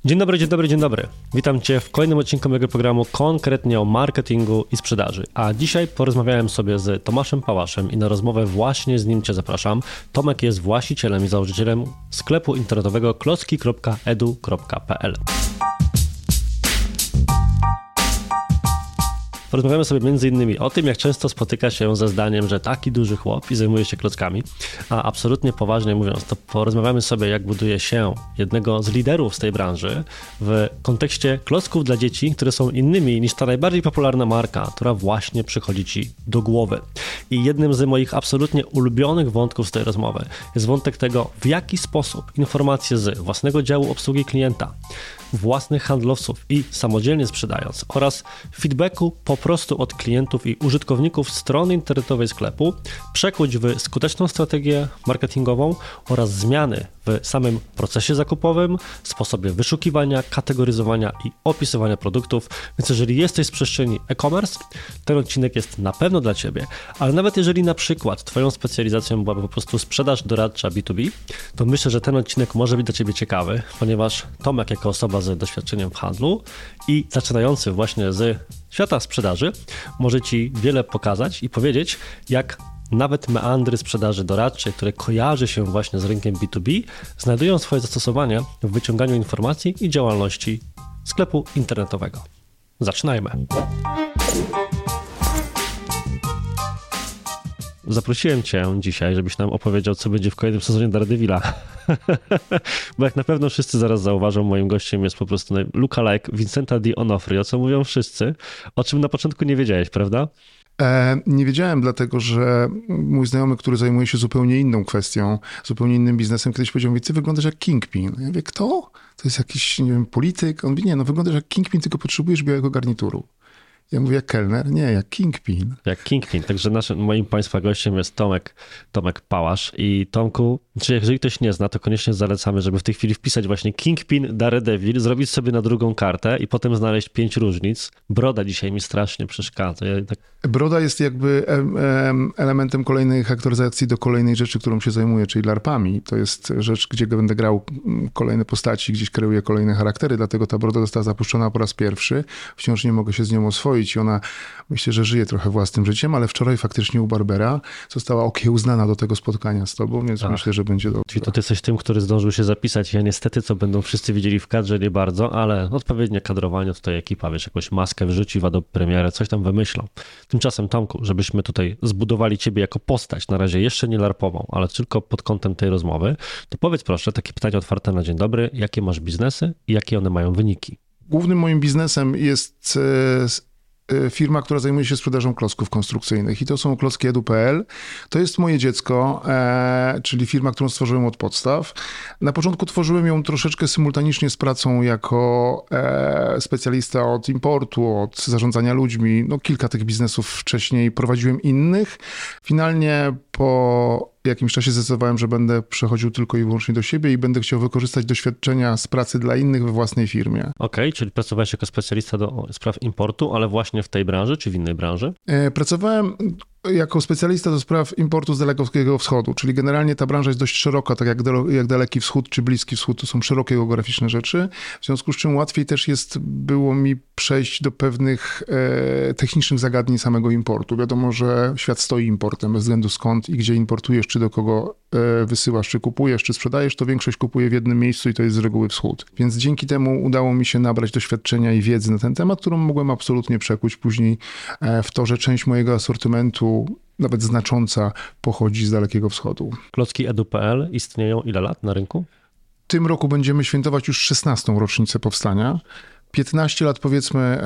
Dzień dobry, dzień dobry, dzień dobry. Witam Cię w kolejnym odcinku mojego programu konkretnie o marketingu i sprzedaży. A dzisiaj porozmawiałem sobie z Tomaszem Pałaszem i na rozmowę właśnie z nim Cię zapraszam. Tomek jest właścicielem i założycielem sklepu internetowego klocki.edu.pl. Porozmawiamy sobie m.in. o tym, jak często spotyka się ze zdaniem, że taki duży chłop i zajmuje się klockami, a absolutnie poważnie mówiąc, to porozmawiamy sobie, jak buduje się jednego z liderów z tej branży w kontekście klocków dla dzieci, które są innymi niż ta najbardziej popularna marka, która właśnie przychodzi Ci do głowy. I jednym z moich absolutnie ulubionych wątków z tej rozmowy jest wątek tego, w jaki sposób informacje z własnego działu obsługi klienta, własnych handlowców i samodzielnie sprzedając oraz feedbacku po prostu od klientów i użytkowników strony internetowej sklepu przekuć w skuteczną strategię marketingową oraz zmiany w samym procesie zakupowym, sposobie wyszukiwania, kategoryzowania i opisywania produktów. Więc jeżeli jesteś z przestrzeni e-commerce, ten odcinek jest na pewno dla Ciebie, ale nawet jeżeli na przykład Twoją specjalizacją byłaby po prostu sprzedaż doradcza B2B, to myślę, że ten odcinek może być dla Ciebie ciekawy, ponieważ Tomek jako osoba z doświadczeniem w handlu i zaczynający właśnie z świata sprzedaży może Ci wiele pokazać i powiedzieć, jak nawet meandry sprzedaży doradczej, które kojarzy się właśnie z rynkiem B2B, znajdują swoje zastosowanie w wyciąganiu informacji i działalności sklepu internetowego. Zaczynajmy. Zaprosiłem Cię dzisiaj, żebyś nam opowiedział, co będzie w kolejnym sezonie Daredevila. Bo jak na pewno wszyscy zaraz zauważą, moim gościem jest po prostu lookalike Vincenta D'Onofrio, co mówią wszyscy, o czym na początku nie wiedziałeś, prawda? Nie wiedziałem, dlatego że mój znajomy, który zajmuje się zupełnie inną kwestią, zupełnie innym biznesem, kiedyś powiedział mi, ty wyglądasz jak Kingpin. Ja mówię, kto? To jest jakiś, nie wiem, polityk? On mówi, nie, no wyglądasz jak Kingpin, tylko potrzebujesz białego garnituru. Ja mówię, jak kelner? Nie, jak Kingpin. Jak Kingpin, także moim Państwa gościem jest Tomek Pałasz. I Tomku, jeżeli ktoś nie zna, to koniecznie zalecamy, żeby w tej chwili wpisać właśnie Kingpin Daredevil, zrobić sobie na drugą kartę i potem znaleźć 5 różnic. Broda dzisiaj mi strasznie przeszkadza. Broda jest jakby elementem kolejnej aktoryzacji do kolejnej rzeczy, którą się zajmuję, czyli larpami. To jest rzecz, gdzie będę grał kolejne postaci, gdzieś kreuję kolejne charaktery, dlatego ta broda została zapuszczona po raz pierwszy. Wciąż nie mogę się z nią oswoić i ona, myślę, że żyje trochę własnym życiem, ale wczoraj faktycznie u Barbera została okiełznana do tego spotkania z tobą, więc myślę, że będzie dobrze. Czyli to ty jesteś tym, który zdążył się zapisać. Ja niestety, co będą wszyscy widzieli w kadrze, nie bardzo, ale odpowiednie kadrowanie, tutaj ekipa, wiesz, jakąś maskę wrzuci do premiery, coś tam wymyślą. Tymczasem, Tomku, żebyśmy tutaj zbudowali ciebie jako postać, na razie jeszcze nie larpową, ale tylko pod kątem tej rozmowy, to powiedz proszę, takie pytanie otwarte na dzień dobry, jakie masz biznesy i jakie one mają wyniki? Głównym moim biznesem jest firma, która zajmuje się sprzedażą klocków konstrukcyjnych i to są klocki.edu.pl. To jest moje dziecko, czyli firma, którą stworzyłem od podstaw. Na początku tworzyłem ją troszeczkę symultanicznie z pracą jako specjalista od importu, od zarządzania ludźmi. No, kilka tych biznesów wcześniej prowadziłem innych. Finalnie po jakimś czasie zdecydowałem, że będę przechodził tylko i wyłącznie do siebie i będę chciał wykorzystać doświadczenia z pracy dla innych we własnej firmie. Okej, czyli pracowałeś jako specjalista do spraw importu, ale właśnie w tej branży, czy w innej branży? Pracowałem jako specjalista do spraw importu z Dalekiego Wschodu, czyli generalnie ta branża jest dość szeroka, tak jak Daleki Wschód czy Bliski Wschód, to są szerokie geograficzne rzeczy, w związku z czym łatwiej też było mi przejść do pewnych technicznych zagadnień samego importu. Wiadomo, że świat stoi importem, bez względu skąd i gdzie importujesz, czy do kogo wysyłasz, czy kupujesz, czy sprzedajesz, to większość kupuje w jednym miejscu i to jest z reguły wschód. Więc dzięki temu udało mi się nabrać doświadczenia i wiedzy na ten temat, którą mogłem absolutnie przekuć później w to, że część mojego asortymentu, nawet znacząca, pochodzi z Dalekiego Wschodu. Klocki.edu.pl istnieją ile lat na rynku? W tym roku będziemy świętować już 16. rocznicę powstania. 15 lat powiedzmy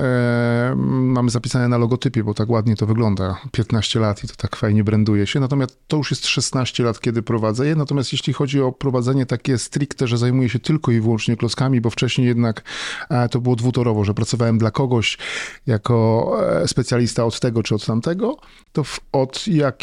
mamy zapisane na logotypie, bo tak ładnie to wygląda. 15 lat i to tak fajnie branduje się. Natomiast to już jest 16 lat, kiedy prowadzę je. Natomiast jeśli chodzi o prowadzenie takie stricte, że zajmuję się tylko i wyłącznie klockami, bo wcześniej jednak to było dwutorowo, że pracowałem dla kogoś jako specjalista od tego czy od tamtego, to od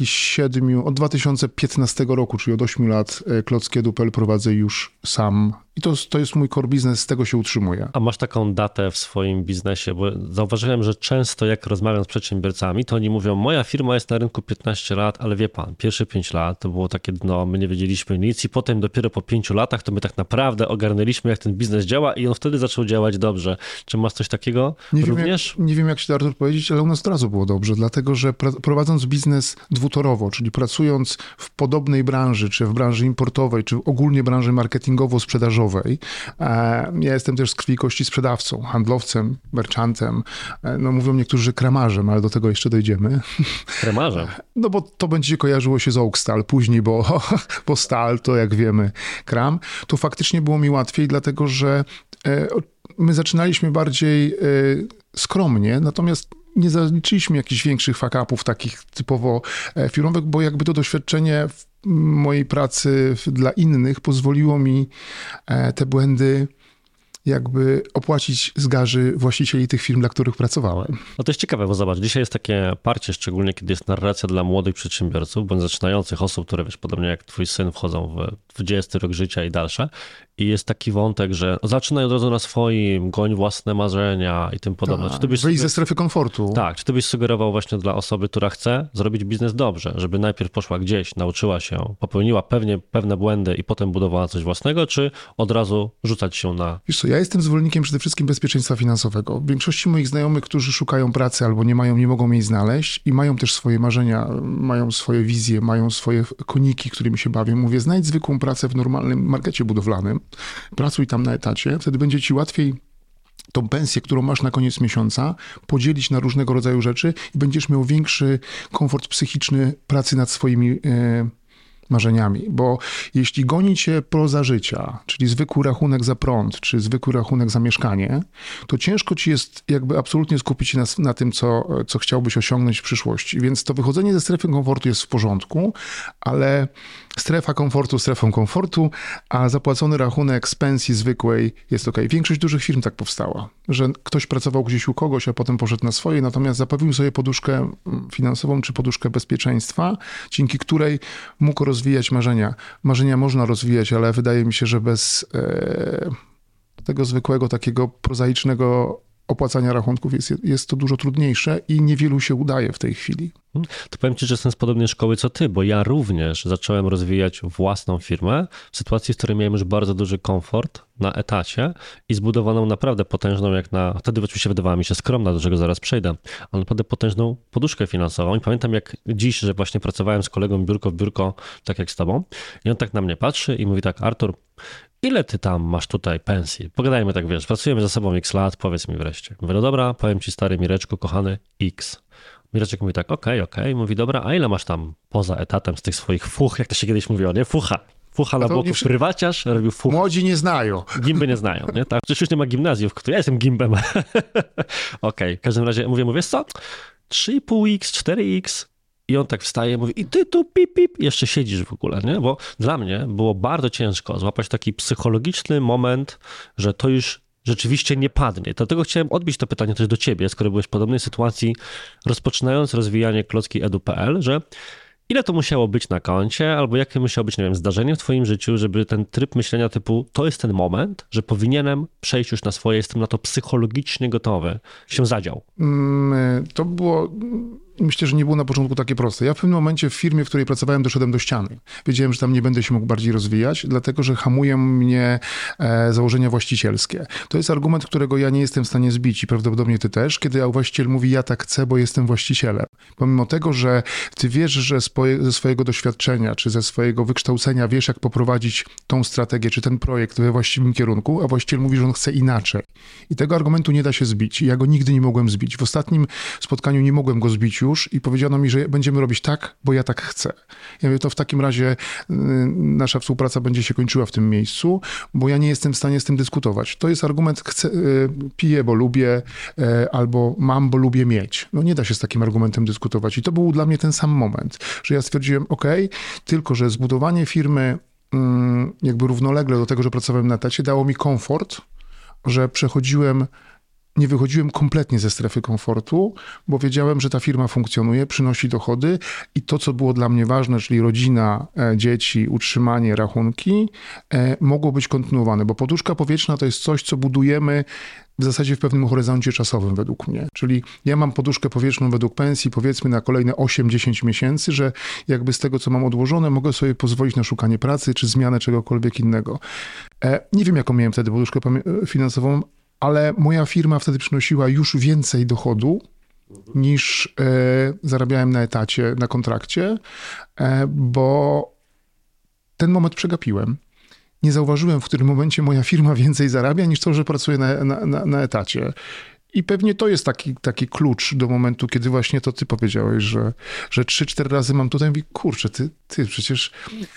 2015 roku, czyli od 8 lat klocki.edu.pl prowadzę już sam. I to jest mój core business, z tego się utrzymuję. A masz taką datę, etapę w swoim biznesie, bo zauważyłem, że często jak rozmawiam z przedsiębiorcami, to oni mówią, moja firma jest na rynku 15 lat, ale wie pan, pierwsze 5 lat to było takie dno, my nie wiedzieliśmy nic i potem dopiero po 5 latach to my tak naprawdę ogarnęliśmy, jak ten biznes działa i on wtedy zaczął działać dobrze. Czy masz coś takiego również? Nie wiem, jak się to, Artur, powiedzieć, ale u nas od razu było dobrze, dlatego że prowadząc biznes dwutorowo, czyli pracując w podobnej branży, czy w branży importowej, czy ogólnie branży marketingowo-sprzedażowej, ja jestem też z krwi i kości sprzedawcą, handlowcem, merchantem, no mówią niektórzy, że kramarzem, ale do tego jeszcze dojdziemy. Kramarzem? No bo to będzie kojarzyło się z Oakstal później, bo stal to jak wiemy kram. To faktycznie było mi łatwiej, dlatego że my zaczynaliśmy bardziej skromnie, natomiast nie zaliczyliśmy jakichś większych fuck-upów takich typowo firmowych, bo jakby to doświadczenie w mojej pracy dla innych pozwoliło mi te błędy jakby opłacić z garzy właścicieli tych firm, dla których pracowałem. No to jest ciekawe, bo zobacz, dzisiaj jest takie parcie, szczególnie kiedy jest narracja dla młodych przedsiębiorców, bądź zaczynających osób, które wiesz, podobnie jak twój syn wchodzą w 20 rok życia i dalsze. I jest taki wątek, że zaczynaj od razu na swoim, goń własne marzenia i tym podobne. Tak, wyjść ze strefy komfortu. Tak, czy ty byś sugerował właśnie dla osoby, która chce zrobić biznes dobrze, żeby najpierw poszła gdzieś, nauczyła się, popełniła pewne błędy i potem budowała coś własnego, czy od razu rzucać się na... Wiesz co, ja jestem zwolennikiem przede wszystkim bezpieczeństwa finansowego. W większości moich znajomych, którzy szukają pracy albo nie mogą jej znaleźć i mają też swoje marzenia, mają swoje wizje, mają swoje koniki, którymi się bawią. Mówię, znajdź zwykłą pracę w normalnym markecie budowlanym, pracuj tam na etacie, wtedy będzie ci łatwiej tą pensję, którą masz na koniec miesiąca, podzielić na różnego rodzaju rzeczy i będziesz miał większy komfort psychiczny pracy nad swoimi marzeniami, bo jeśli goni cię proza życia, czyli zwykły rachunek za prąd, czy zwykły rachunek za mieszkanie, to ciężko ci jest jakby absolutnie skupić się na tym, co chciałbyś osiągnąć w przyszłości. Więc to wychodzenie ze strefy komfortu jest w porządku, ale strefa komfortu strefą komfortu, a zapłacony rachunek z pensji zwykłej jest okej. Większość dużych firm tak powstała, że ktoś pracował gdzieś u kogoś, a potem poszedł na swoje, natomiast zapewnił sobie poduszkę finansową czy poduszkę bezpieczeństwa, dzięki której mógł rozwijać marzenia. Marzenia można rozwijać, ale wydaje mi się, że bez tego zwykłego, takiego prozaicznego opłacania rachunków jest to dużo trudniejsze i niewielu się udaje w tej chwili. To powiem ci, że jestem z podobnej szkoły co ty, bo ja również zacząłem rozwijać własną firmę w sytuacji, w której miałem już bardzo duży komfort na etacie i zbudowaną naprawdę potężną, wtedy oczywiście wydawała mi się skromna, do czego zaraz przejdę, ale naprawdę potężną poduszkę finansową i pamiętam jak dziś, że właśnie pracowałem z kolegą biurko w biurko, tak jak z tobą i on tak na mnie patrzy i mówi tak, Artur, ile ty tam masz tutaj pensji? Pogadajmy tak, wiesz, pracujemy ze sobą x lat, powiedz mi wreszcie. Mówię, no dobra, powiem ci stary Mireczku, kochany, x. Mireczek mówi tak, okej. Mówi, dobra, a ile masz tam poza etatem z tych swoich fuch, jak to się kiedyś mówiło, nie? Fucha na boku, prywaciarz robił fuch. Młodzi nie znają. Gimby nie znają, nie? Tak, przecież już nie ma gimnazjów, ja jestem gimbem. Okej, w każdym razie mówię, co? 3,5x, 4x. I on tak wstaje, mówi, i ty tu pip, jeszcze siedzisz w ogóle, nie? Bo dla mnie było bardzo ciężko złapać taki psychologiczny moment, że to już rzeczywiście nie padnie. Dlatego chciałem odbić to pytanie też do ciebie, skoro byłeś w podobnej sytuacji, rozpoczynając rozwijanie klocki.edu.pl, że ile to musiało być na koncie, albo jakie musiało być, nie wiem, zdarzenie w twoim życiu, żeby ten tryb myślenia typu, to jest ten moment, że powinienem przejść już na swoje, jestem na to psychologicznie gotowy, się zadział? To było... Myślę, że nie było na początku takie proste. Ja w pewnym momencie w firmie, w której pracowałem, doszedłem do ściany. Wiedziałem, że tam nie będę się mógł bardziej rozwijać, dlatego że hamują mnie założenia właścicielskie. To jest argument, którego ja nie jestem w stanie zbić i prawdopodobnie ty też, kiedy właściciel mówi, ja tak chcę, bo jestem właścicielem. Pomimo tego, że ty wiesz, że ze swojego doświadczenia, czy ze swojego wykształcenia wiesz, jak poprowadzić tą strategię, czy ten projekt we właściwym kierunku, a właściciel mówi, że on chce inaczej. I tego argumentu nie da się zbić. Ja go nigdy nie mogłem zbić. W ostatnim spotkaniu nie mogłem go zbić już i powiedziano mi, że będziemy robić tak, bo ja tak chcę. Ja mówię, to w takim razie nasza współpraca będzie się kończyła w tym miejscu, bo ja nie jestem w stanie z tym dyskutować. To jest argument, piję, bo lubię, albo mam, bo lubię mieć. No nie da się z takim argumentem dyskutować. I to był dla mnie ten sam moment, że ja stwierdziłem, tylko że zbudowanie firmy jakby równolegle do tego, że pracowałem na etacie, dało mi komfort, że nie wychodziłem kompletnie ze strefy komfortu, bo wiedziałem, że ta firma funkcjonuje, przynosi dochody i to, co było dla mnie ważne, czyli rodzina, dzieci, utrzymanie, rachunki, mogło być kontynuowane, bo poduszka powietrzna to jest coś, co budujemy w zasadzie w pewnym horyzoncie czasowym według mnie. Czyli ja mam poduszkę powietrzną według pensji, powiedzmy na kolejne 8-10 miesięcy, że jakby z tego, co mam odłożone, mogę sobie pozwolić na szukanie pracy, czy zmianę czegokolwiek innego. Nie wiem, jaką miałem wtedy poduszkę finansową, ale moja firma wtedy przynosiła już więcej dochodu niż zarabiałem na etacie, na kontrakcie, bo ten moment przegapiłem. Nie zauważyłem, w którym momencie moja firma więcej zarabia, niż to, że pracuję na etacie. I pewnie to jest taki klucz do momentu, kiedy właśnie to ty powiedziałeś, że 3-4 razy mam tutaj i mówię, kurczę, ty przecież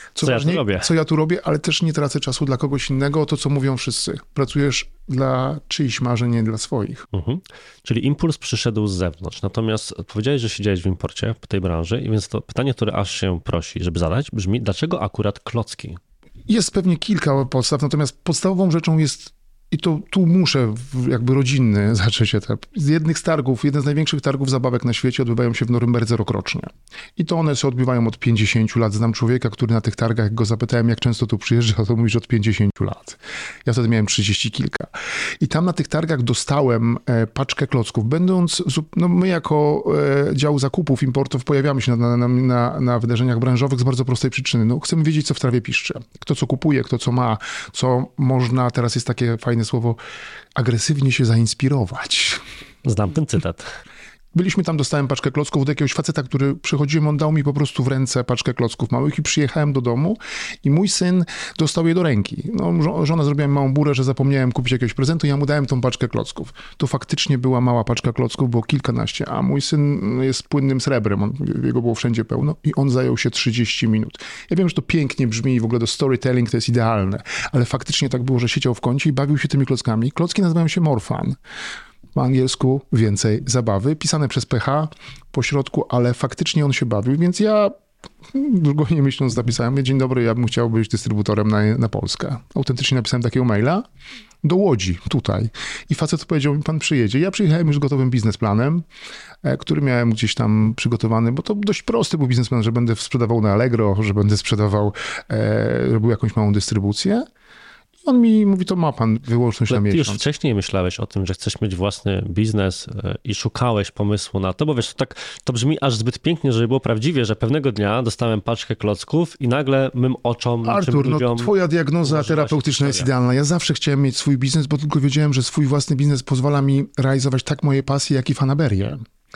co ja tu robię, ale też nie tracę czasu dla kogoś innego, to co mówią wszyscy. Pracujesz dla czyichś marzeń, nie dla swoich. Czyli impuls przyszedł z zewnątrz. Natomiast powiedziałeś, że siedziałeś w imporcie, w tej branży, i więc to pytanie, które aż się prosi, żeby zadać, brzmi, dlaczego akurat klocki? Jest pewnie kilka podstaw, natomiast podstawową rzeczą jest, i to tu muszę jakby rodzinny zacząć etap. Z jednych z targów, jeden z największych targów zabawek na świecie odbywają się w Norymberdze rokrocznie. I to one się odbywają od 50 lat. Znam człowieka, który na tych targach, jak go zapytałem, jak często tu przyjeżdża, to mówi, że od 50 lat. Ja wtedy miałem 30 kilka. I tam na tych targach dostałem paczkę klocków. Będąc, my jako dział zakupów, importów pojawiamy się na wydarzeniach branżowych z bardzo prostej przyczyny. Chcemy wiedzieć, co w trawie piszczy. Kto co kupuje, kto co ma, co można, teraz jest takie fajne słowo, agresywnie się zainspirować. Znam ten cytat. Byliśmy tam, dostałem paczkę klocków od jakiegoś faceta, który przychodziłem, on dał mi po prostu w ręce paczkę klocków małych i przyjechałem do domu i mój syn dostał je do ręki. Żona zrobiła mi małą burę, że zapomniałem kupić jakiegoś prezentu i ja mu dałem tą paczkę klocków. To faktycznie była mała paczka klocków, było kilkanaście, a mój syn jest płynnym srebrem, jego było wszędzie pełno i on zajął się 30 minut. Ja wiem, że to pięknie brzmi i w ogóle do storytelling to jest idealne, ale faktycznie tak było, że siedział w kącie i bawił się tymi klockami. Klocki nazywają się Morfan. Po angielsku więcej zabawy, pisane przez PH po środku, ale faktycznie on się bawił, więc ja długo nie myśląc napisałem, dzień dobry, ja bym chciał być dystrybutorem na Polskę. Autentycznie napisałem takiego maila do Łodzi, tutaj. I facet powiedział mi, pan przyjedzie. Ja przyjechałem już z gotowym biznesplanem, który miałem gdzieś tam przygotowany, bo to dość prosty był biznesplan, że będę sprzedawał na Allegro, że będę sprzedawał, robił jakąś małą dystrybucję. On mi mówi, to ma pan wyłączność na miesiąc. Ty już wcześniej myślałeś o tym, że chcesz mieć własny biznes i szukałeś pomysłu na to, bo wiesz, to brzmi aż zbyt pięknie, żeby było prawdziwie, że pewnego dnia dostałem paczkę klocków i nagle mym oczom... Artur, twoja diagnoza terapeutyczna jest idealna. Ja zawsze chciałem mieć swój biznes, bo tylko wiedziałem, że swój własny biznes pozwala mi realizować tak moje pasje, jak i fanaberię.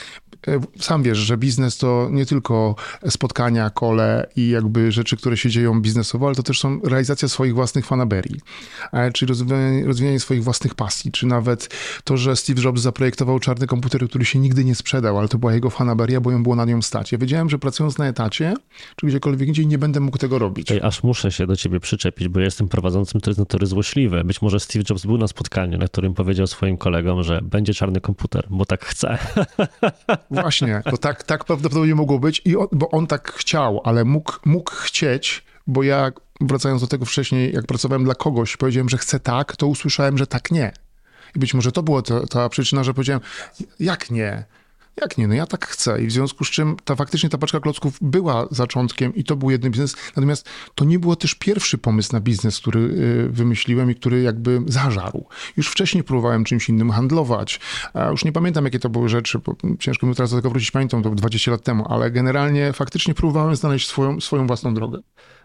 Sam wiesz, że biznes to nie tylko spotkania, kole i jakby rzeczy, które się dzieją biznesowo, ale to też są realizacja swoich własnych fanaberii, czyli rozwijanie swoich własnych pasji, czy nawet to, że Steve Jobs zaprojektował czarny komputer, który się nigdy nie sprzedał, ale to była jego fanaberia, bo ją było na nią stać. Ja wiedziałem, że pracując na etacie, czy gdziekolwiek indziej, nie będę mógł tego robić. Aż muszę się do ciebie przyczepić, bo ja jestem prowadzącym, który jest natury złośliwy. Być może Steve Jobs był na spotkaniu, na którym powiedział swoim kolegom, że będzie czarny komputer, bo tak chce. Właśnie, to tak prawdopodobnie mogło być, bo on tak chciał, ale mógł chcieć, bo ja, wracając do tego wcześniej, jak pracowałem dla kogoś, powiedziałem, że chcę tak, to usłyszałem, że tak nie. I być może to była ta przyczyna, że powiedziałem, jak nie? Jak nie? No ja tak chcę. I w związku z czym faktycznie ta paczka klocków była zaczątkiem i to był jeden biznes. Natomiast to nie było też pierwszy pomysł na biznes, który wymyśliłem i który jakby zażarł. Już wcześniej próbowałem czymś innym handlować. Już nie pamiętam, jakie to były rzeczy, bo ciężko mi teraz do tego wrócić. Pamiętam to 20 lat temu, ale generalnie faktycznie próbowałem znaleźć swoją własną drogę.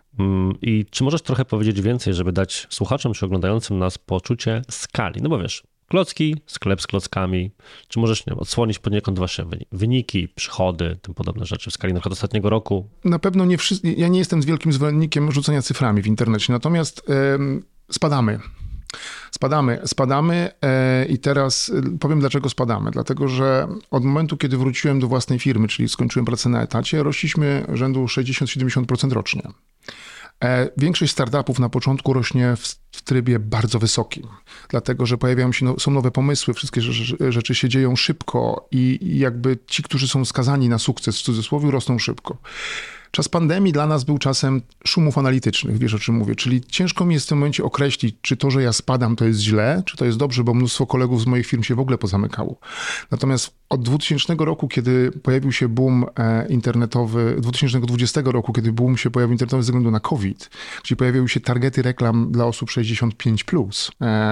I czy możesz trochę powiedzieć więcej, żeby dać słuchaczom czy oglądającym nas poczucie skali? No bo wiesz, klocki, sklep z klockami. Czy możesz odsłonić poniekąd wasze wyniki, przychody, tym podobne rzeczy w skali na przykład ostatniego roku? Na pewno nie wszyscy. Ja nie jestem wielkim zwolennikiem rzucania cyframi w internecie, natomiast spadamy i teraz powiem, dlaczego spadamy. Dlatego, że od momentu, kiedy wróciłem do własnej firmy, czyli skończyłem pracę na etacie, rośliśmy rzędu 60-70% rocznie. Większość startupów na początku rośnie w trybie bardzo wysokim, dlatego że pojawiają się, są nowe pomysły, wszystkie rzeczy się dzieją szybko i jakby ci, którzy są skazani na sukces w cudzysłowie, rosną szybko. Czas pandemii dla nas był czasem szumów analitycznych, wiesz o czym mówię, czyli ciężko mi jest w tym momencie określić, czy to, że ja spadam, to jest źle, czy to jest dobrze, bo mnóstwo kolegów z moich firm się w ogóle pozamykało. Natomiast od 2000 roku, kiedy pojawił się boom internetowy, 2020 roku, kiedy boom się pojawił internetowy ze względu na COVID, gdzie pojawiły się targety reklam dla osób 65+,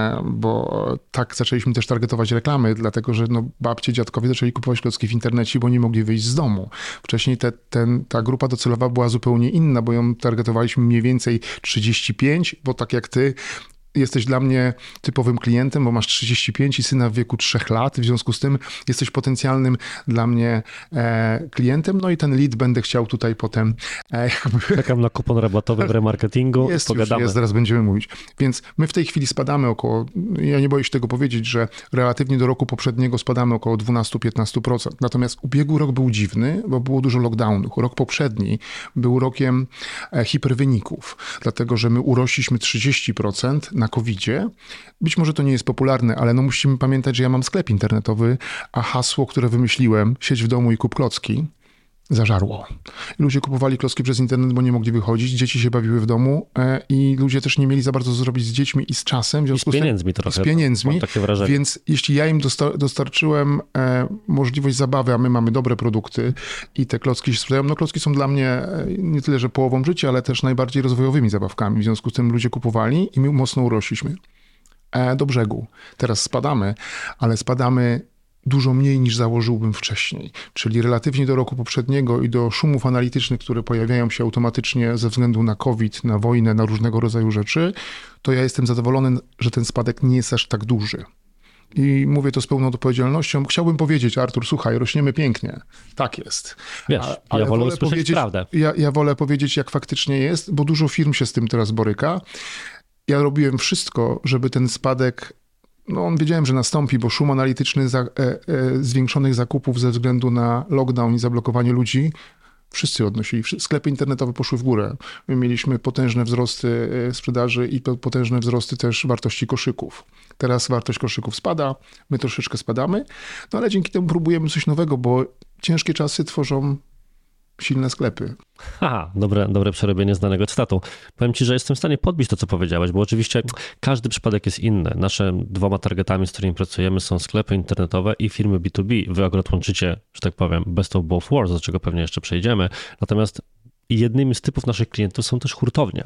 bo tak zaczęliśmy też targetować reklamy, dlatego że babcie, dziadkowie zaczęli kupować klocki w internecie, bo nie mogli wyjść z domu. Wcześniej ta grupa docelowa była zupełnie inna, bo ją targetowaliśmy mniej więcej 35, bo tak jak ty, jesteś dla mnie typowym klientem, bo masz 35 i syna w wieku 3 lat, w związku z tym jesteś potencjalnym dla mnie klientem, no i ten lead będę chciał tutaj potem... Czekam na kupon rabatowy w remarketingu, pogadamy. Jest, zaraz będziemy mówić. Więc my w tej chwili spadamy około, ja nie boję się tego powiedzieć, że relatywnie do roku poprzedniego spadamy około 12-15%. Natomiast ubiegły rok był dziwny, bo było dużo lockdownów. Rok poprzedni był rokiem hiperwyników, dlatego że my urośliśmy 30% na COVID-zie. Być może to nie jest popularne, ale musimy pamiętać, że ja mam sklep internetowy, a hasło, które wymyśliłem, siedź w domu i kup klocki, zażarło. Ludzie kupowali klocki przez internet, bo nie mogli wychodzić, dzieci się bawiły w domu i ludzie też nie mieli za bardzo co zrobić z dziećmi i z czasem. W związku z pieniędzmi trochę. Z pieniędzmi, mam takie wrażenie. Więc jeśli ja im dostarczyłem możliwość zabawy, a my mamy dobre produkty i te klocki się sprzedają, klocki są dla mnie nie tyle, że połową życia, ale też najbardziej rozwojowymi zabawkami. W związku z tym ludzie kupowali i my mocno urośliśmy. Do brzegu. Teraz spadamy, ale spadamy dużo mniej niż założyłbym wcześniej. Czyli relatywnie do roku poprzedniego i do szumów analitycznych, które pojawiają się automatycznie ze względu na COVID, na wojnę, na różnego rodzaju rzeczy, to ja jestem zadowolony, że ten spadek nie jest aż tak duży. I mówię to z pełną odpowiedzialnością. Chciałbym powiedzieć, Artur, słuchaj, rośniemy pięknie. Tak jest. Wiesz, ja wolę usłyszeć prawdę. Ja wolę powiedzieć, jak faktycznie jest, bo dużo firm się z tym teraz boryka. Ja robiłem wszystko, żeby ten spadek, wiedziałem, że nastąpi, bo szum analityczny zwiększonych zakupów ze względu na lockdown i zablokowanie ludzi, wszyscy odnosili. Sklepy internetowe poszły w górę. My mieliśmy potężne wzrosty sprzedaży i potężne wzrosty też wartości koszyków. Teraz wartość koszyków spada, my troszeczkę spadamy, ale dzięki temu próbujemy coś nowego, bo ciężkie czasy tworzą silne sklepy. Dobre przerobienie znanego cytatu. Powiem ci, że jestem w stanie podbić to, co powiedziałeś, bo oczywiście każdy przypadek jest inny. Nasze 2 targetami, z którymi pracujemy, są sklepy internetowe i firmy B2B. Wy akurat łączycie, że tak powiem, best of both worlds, do czego pewnie jeszcze przejdziemy. Natomiast jednymi z typów naszych klientów są też hurtownie.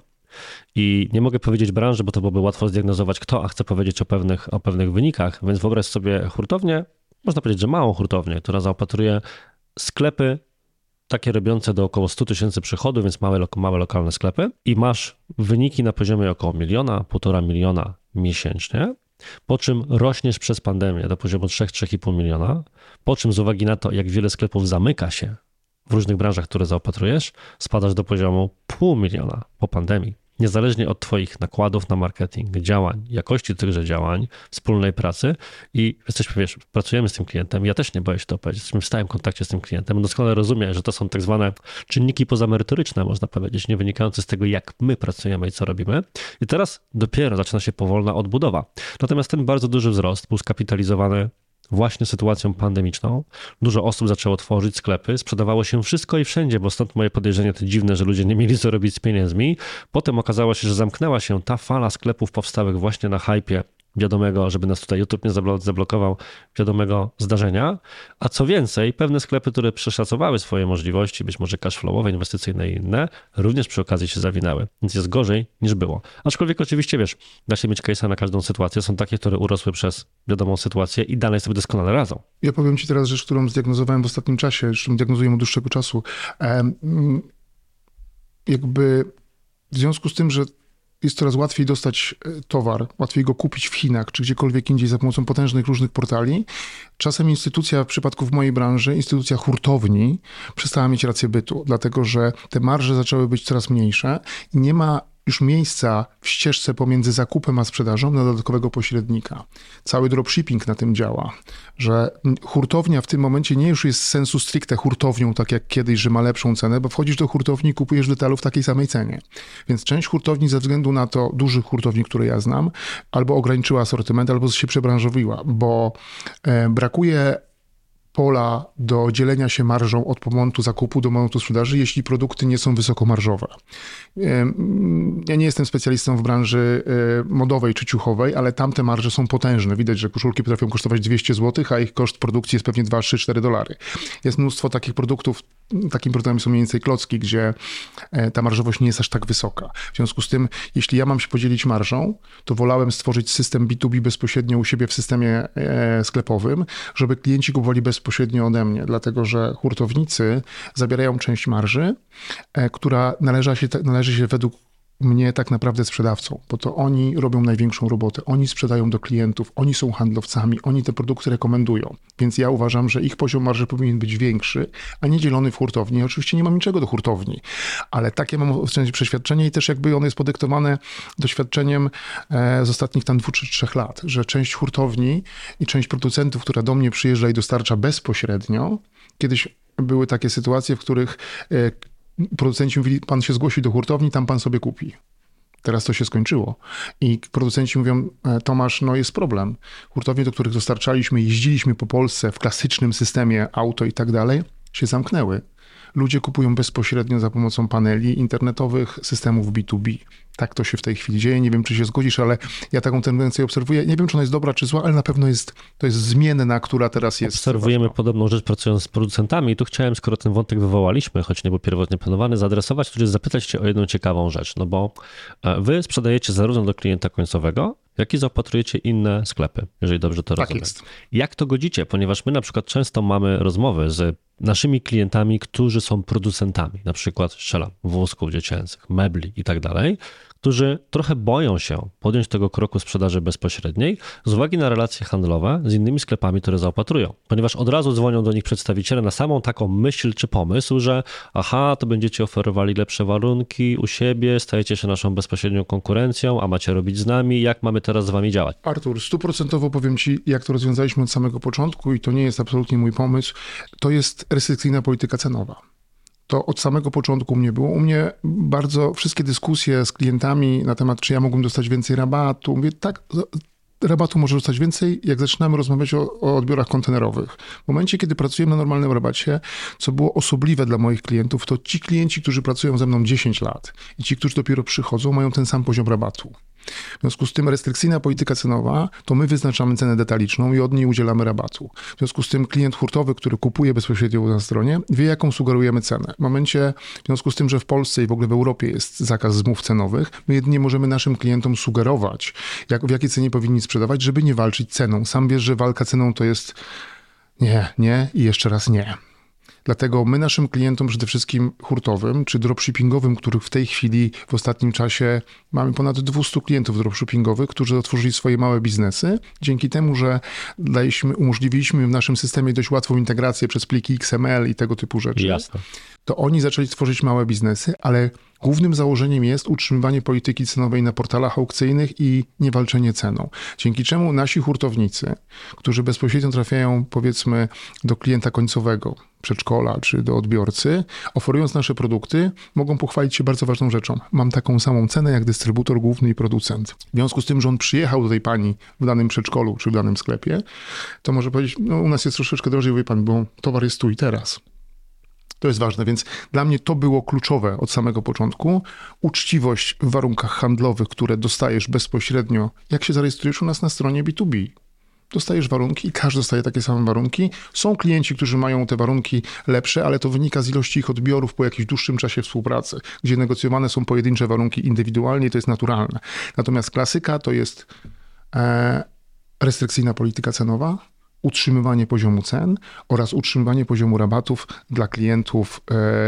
I nie mogę powiedzieć branży, bo to byłoby łatwo zdiagnozować kto, a chce powiedzieć o pewnych wynikach, więc wyobraź sobie hurtownię, można powiedzieć, że małą hurtownię, która zaopatruje sklepy takie robiące do około 100 000 przychodu, więc małe lokalne sklepy i masz wyniki na poziomie około 1 miliona, 1,5 miliona miesięcznie, po czym rośniesz przez pandemię do poziomu 3-3,5 miliona, po czym z uwagi na to, jak wiele sklepów zamyka się w różnych branżach, które zaopatrujesz, spadasz do poziomu 0,5 miliona po pandemii. Niezależnie od twoich nakładów na marketing, działań, jakości tychże działań, wspólnej pracy i jesteśmy, pracujemy z tym klientem, ja też nie boję się to powiedzieć, jesteśmy w stałym kontakcie z tym klientem, doskonale rozumiem, że to są tak zwane czynniki pozamerytoryczne, można powiedzieć, nie wynikające z tego, jak my pracujemy i co robimy. I teraz dopiero zaczyna się powolna odbudowa. Natomiast ten bardzo duży wzrost był skapitalizowany właśnie sytuacją pandemiczną. Dużo osób zaczęło tworzyć sklepy, sprzedawało się wszystko i wszędzie, bo stąd moje podejrzenie to dziwne, że ludzie nie mieli co robić z pieniędzmi. Potem okazało się, że zamknęła się ta fala sklepów powstałych właśnie na hypie wiadomego, żeby nas tutaj YouTube nie zablokował, wiadomego zdarzenia. A co więcej, pewne sklepy, które przeszacowały swoje możliwości, być może cashflowowe, inwestycyjne i inne, również przy okazji się zawinęły. Więc jest gorzej niż było. Aczkolwiek oczywiście, da się mieć case'a na każdą sytuację. Są takie, które urosły przez wiadomą sytuację i dalej sobie doskonale radzą. Ja powiem ci teraz rzecz, którą zdiagnozowałem w ostatnim czasie, zresztą diagnozuję od dłuższego czasu. W związku z tym, że jest coraz łatwiej dostać towar, łatwiej go kupić w Chinach czy gdziekolwiek indziej za pomocą potężnych różnych portali. Czasem instytucja, w przypadku w mojej branży, instytucja hurtowni przestała mieć rację bytu, dlatego że te marże zaczęły być coraz mniejsze i nie ma już miejsca w ścieżce pomiędzy zakupem a sprzedażą na dodatkowego pośrednika. Cały dropshipping na tym działa, że hurtownia w tym momencie nie już jest sensu stricte hurtownią, tak jak kiedyś, że ma lepszą cenę, bo wchodzisz do hurtowni i kupujesz detalu w takiej samej cenie. Więc część hurtowni ze względu na to, dużych hurtowni, które ja znam, albo ograniczyła asortyment, albo się przebranżowiła, bo brakuje pola do dzielenia się marżą od momentu zakupu do momentu sprzedaży, jeśli produkty nie są wysokomarżowe. Ja nie jestem specjalistą w branży modowej czy ciuchowej, ale tamte marże są potężne. Widać, że koszulki potrafią kosztować 200 zł, a ich koszt produkcji jest pewnie 2, 3, 4 dolary. Jest mnóstwo takich produktów, takim produktem są mniej więcej klocki, gdzie ta marżowość nie jest aż tak wysoka. W związku z tym, jeśli ja mam się podzielić marżą, to wolałem stworzyć system B2B bezpośrednio u siebie w systemie sklepowym, żeby klienci kupowali bezpośrednio ode mnie, dlatego że hurtownicy zabierają część marży, która należy się według mnie tak naprawdę sprzedawcom, bo to oni robią największą robotę, oni sprzedają do klientów, oni są handlowcami, oni te produkty rekomendują. Więc ja uważam, że ich poziom marży powinien być większy, a nie dzielony w hurtowni. Oczywiście nie mam niczego do hurtowni, ale takie mam przeświadczenie i też jakby ono jest podyktowane doświadczeniem z ostatnich tam 2 czy 3 lat, że część hurtowni i część producentów, która do mnie przyjeżdża i dostarcza bezpośrednio, kiedyś były takie sytuacje, w których producenci mówili, pan się zgłosi do hurtowni, tam pan sobie kupi. Teraz to się skończyło. I producenci mówią, Tomasz, no jest problem. Hurtownie, do których dostarczaliśmy, jeździliśmy po Polsce w klasycznym systemie auto i tak dalej, się zamknęły. Ludzie kupują bezpośrednio za pomocą paneli internetowych, systemów B2B. Tak to się w tej chwili dzieje. Nie wiem, czy się zgodzisz, ale ja taką tendencję obserwuję. Nie wiem, czy ona jest dobra, czy zła, ale na pewno to jest zmienna, która teraz jest. Obserwujemy podobną rzecz pracując z producentami i tu chciałem, skoro ten wątek wywołaliśmy, choć nie był pierwotnie planowany, zaadresować, tudzież zapytać cię o jedną ciekawą rzecz, no bo wy sprzedajecie zarówno do klienta końcowego, jak i zaopatrujecie inne sklepy, jeżeli dobrze to rozumiem. Jest. Jak to godzicie? Ponieważ my na przykład często mamy rozmowy z naszymi klientami, którzy są producentami, na przykład strzelam wózków dziecięcych, mebli i tak dalej, którzy trochę boją się podjąć tego kroku sprzedaży bezpośredniej z uwagi na relacje handlowe z innymi sklepami, które zaopatrują. Ponieważ od razu dzwonią do nich przedstawiciele na samą taką myśl czy pomysł, że aha, to będziecie oferowali lepsze warunki u siebie, stajecie się naszą bezpośrednią konkurencją, a macie robić z nami, jak mamy teraz z wami działać? Artur, 100% powiem ci, jak to rozwiązaliśmy od samego początku i to nie jest absolutnie mój pomysł, to jest restrykcyjna polityka cenowa. To od samego początku mnie było. U mnie bardzo wszystkie dyskusje z klientami na temat, czy ja mógłbym dostać więcej rabatu. Mówię, tak, rabatu może dostać więcej, jak zaczynamy rozmawiać o odbiorach kontenerowych. W momencie, kiedy pracujemy na normalnym rabacie, co było osobliwe dla moich klientów, to ci klienci, którzy pracują ze mną 10 lat i ci, którzy dopiero przychodzą, mają ten sam poziom rabatu. W związku z tym restrykcyjna polityka cenowa, to my wyznaczamy cenę detaliczną i od niej udzielamy rabatu. W związku z tym klient hurtowy, który kupuje bezpośrednio na stronie, wie, jaką sugerujemy cenę. W związku z tym, że w Polsce i w ogóle w Europie jest zakaz zmów cenowych, my jedynie możemy naszym klientom sugerować, w jakiej cenie powinni sprzedawać, żeby nie walczyć ceną. Sam wiesz, że walka ceną to jest nie i jeszcze raz nie. Dlatego my naszym klientom przede wszystkim hurtowym czy dropshippingowym, których w tej chwili w ostatnim czasie mamy ponad 200 klientów dropshippingowych, którzy otworzyli swoje małe biznesy, dzięki temu, że umożliwiliśmy w naszym systemie dość łatwą integrację przez pliki XML i tego typu rzeczy. Jasne. To oni zaczęli tworzyć małe biznesy, ale głównym założeniem jest utrzymywanie polityki cenowej na portalach aukcyjnych i niewalczenie ceną. Dzięki czemu nasi hurtownicy, którzy bezpośrednio trafiają powiedzmy do klienta końcowego, przedszkola czy do odbiorcy, oferując nasze produkty, mogą pochwalić się bardzo ważną rzeczą. Mam taką samą cenę jak dystrybutor główny i producent. W związku z tym, że on przyjechał do tej pani w danym przedszkolu czy w danym sklepie, to może powiedzieć, no u nas jest troszeczkę drożej, wie pan, bo towar jest tu i teraz. To jest ważne, więc dla mnie to było kluczowe od samego początku. Uczciwość w warunkach handlowych, które dostajesz bezpośrednio, jak się zarejestrujesz u nas na stronie B2B. Dostajesz warunki i każdy dostaje takie same warunki. Są klienci, którzy mają te warunki lepsze, ale to wynika z ilości ich odbiorów po jakimś dłuższym czasie współpracy, gdzie negocjowane są pojedyncze warunki indywidualnie i to jest naturalne. Natomiast klasyka to jest restrykcyjna polityka cenowa, utrzymywanie poziomu cen oraz utrzymywanie poziomu rabatów dla klientów